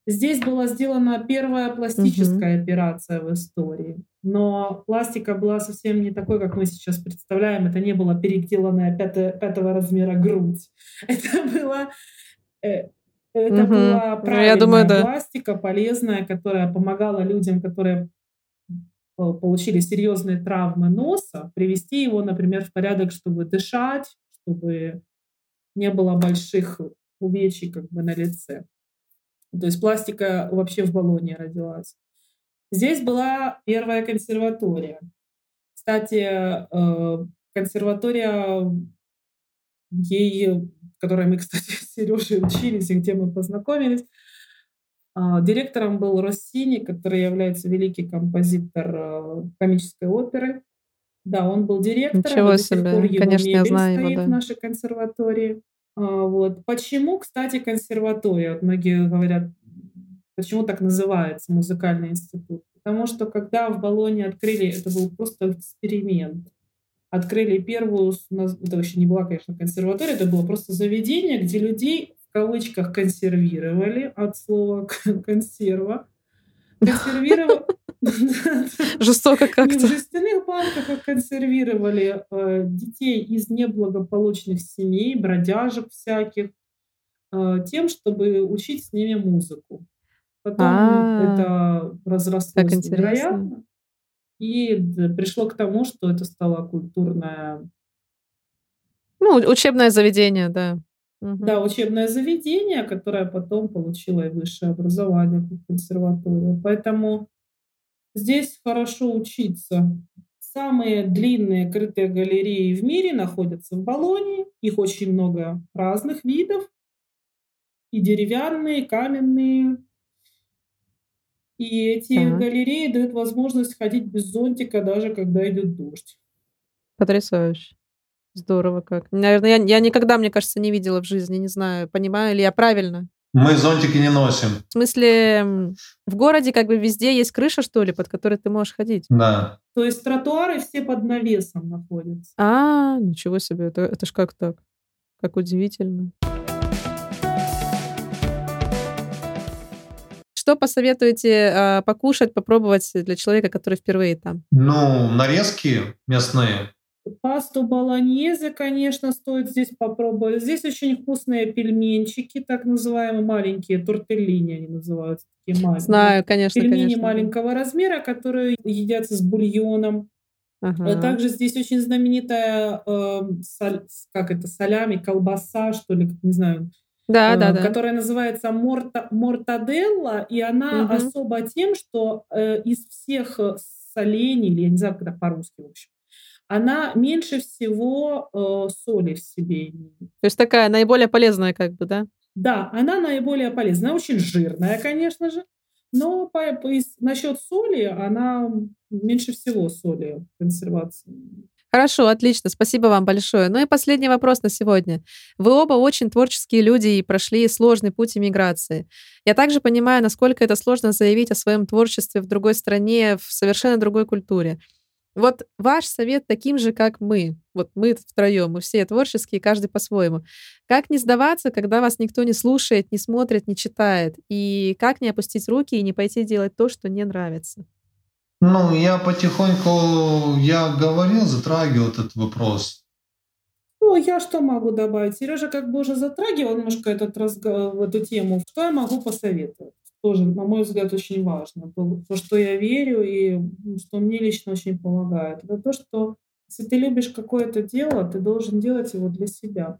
Здесь была сделана первая пластическая угу. операция в истории. Но пластика была совсем не такой, как мы сейчас представляем. Это не была переделанная пятого, пятого размера грудь. Это была, это угу. была правильная Я думаю, да. пластика, полезная, которая помогала людям, которые получили серьезные травмы носа, привести его, например, в порядок, чтобы дышать, чтобы не было больших увечий как бы на лице. То есть пластика вообще в Болонье родилась. Здесь была первая консерватория. Кстати, консерватория, ей, в которой мы, кстати, с Сережей учились и где мы познакомились, директором был Россини, который является великий композитор комической оперы. Да, он был директором. Ничего себе. Конечно, я знаю стоит его, да. в нашей консерватории. Вот. Почему, кстати, консерватория? Вот многие говорят, почему так называется музыкальный институт? Потому что когда в Болонье открыли, это был просто эксперимент, открыли первую, это вообще не была, конечно, консерватория, это было просто заведение, где людей в кавычках консервировали, от слова консерва, консервировали... Жестоко как-то. Не в жестяных банках, а консервировали э, детей из неблагополучных семей, бродяжек всяких, э, тем, чтобы учить с ними музыку. Потом А-а-а. это разрослось невероятно. И пришло к тому, что это стало культурное... Ну, учебное заведение, да. Угу. Да, учебное заведение, которое потом получило и высшее образование, как консерватория. Поэтому здесь хорошо учиться. Самые длинные крытые галереи в мире находятся в Болонье. Их очень много разных видов. И деревянные, и каменные. И эти ага. галереи дают возможность ходить без зонтика, даже когда идет дождь. Потрясающе. Здорово как. Наверное, я, я никогда, мне кажется, не видела в жизни. Не знаю, понимаю ли я правильно. Мы зонтики не носим. В смысле, в городе как бы везде есть крыша, что ли, под которой ты можешь ходить? Да. То есть тротуары все под навесом находятся. А, ничего себе, это, это ж как так? Как удивительно. Что посоветуете э, покушать, попробовать для человека, который впервые там? Ну, нарезки мясные. Пасту болоньезе, конечно, стоит здесь попробовать. Здесь очень вкусные пельменчики, так называемые, маленькие, тортеллини они называются. Такие маленькие. Знаю, конечно, Пельмени конечно. маленького размера, которые едятся с бульоном. Ага. Также здесь очень знаменитая, э, соль, как это, солями, колбаса, что ли, не знаю, да, э, да, да. которая называется морта, мортаделла, и она угу. особо тем, что э, из всех солений, или я не знаю, как это по-русски, в общем, она меньше всего э, соли в себе имеет. То есть такая наиболее полезная, как бы, да? Да, она наиболее полезная. Она очень жирная, конечно же, но по, по, насчет соли она меньше всего соли в консервации. Хорошо, отлично, спасибо вам большое. Ну и последний вопрос на сегодня. Вы оба очень творческие люди и прошли сложный путь иммиграции. Я также понимаю, насколько это сложно заявить о своем творчестве в другой стране, в совершенно другой культуре. Вот ваш совет таким же, как мы. Вот мы втроем, мы все творческие, каждый по-своему. Как не сдаваться, когда вас никто не слушает, не смотрит, не читает? И как не опустить руки и не пойти делать то, что не нравится? Ну, я потихоньку, я говорил, затрагивал этот вопрос. Ну, я что могу добавить? Сережа как бы уже затрагивал немножко этот разговор, эту тему. Что я могу посоветовать? Тоже, на мой взгляд, очень важно. То, то, что я верю и что мне лично очень помогает. Это то, что если ты любишь какое-то дело, ты должен делать его для себя.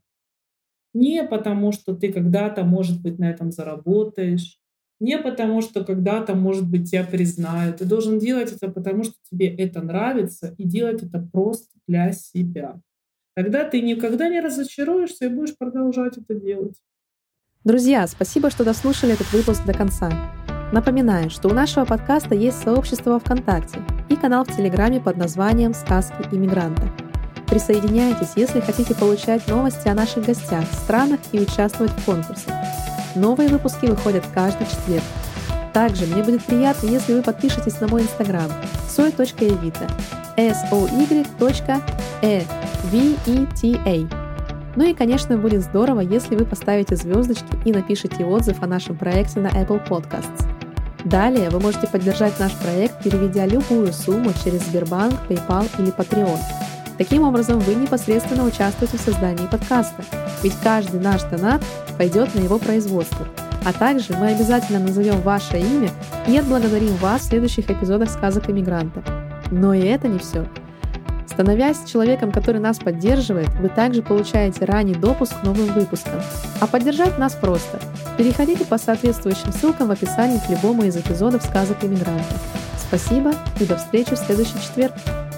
Не потому, что ты когда-то, может быть, на этом заработаешь. Не потому, что когда-то, может быть, тебя признают. Ты должен делать это потому, что тебе это нравится, и делать это просто для себя. Тогда ты никогда не разочаруешься и будешь продолжать это делать. Друзья, спасибо, что дослушали этот выпуск до конца. Напоминаю, что у нашего подкаста есть сообщество во ВКонтакте и канал в Телеграме под названием «Сказки иммигранта». Присоединяйтесь, если хотите получать новости о наших гостях, странах и участвовать в конкурсах. Новые выпуски выходят каждый четверг. Также мне будет приятно, если вы подпишетесь на мой инстаграм соy точка evita, эс о уай точка и ви и ти эй. Ну и, конечно, будет здорово, если вы поставите звездочки и напишите отзыв о нашем проекте на Apple Podcasts. Далее вы можете поддержать наш проект, переведя любую сумму через Сбербанк, PayPal или Patreon. Таким образом, вы непосредственно участвуете в создании подкаста, ведь каждый наш донат пойдет на его производство. А также мы обязательно назовем ваше имя и отблагодарим вас в следующих эпизодах «Сказок иммигранта». Но и это не все. Становясь человеком, который нас поддерживает, вы также получаете ранний допуск к новым выпускам. А поддержать нас просто. Переходите по соответствующим ссылкам в описании к любому из эпизодов «Сказок иммигранта». Спасибо и до встречи в следующий четверг.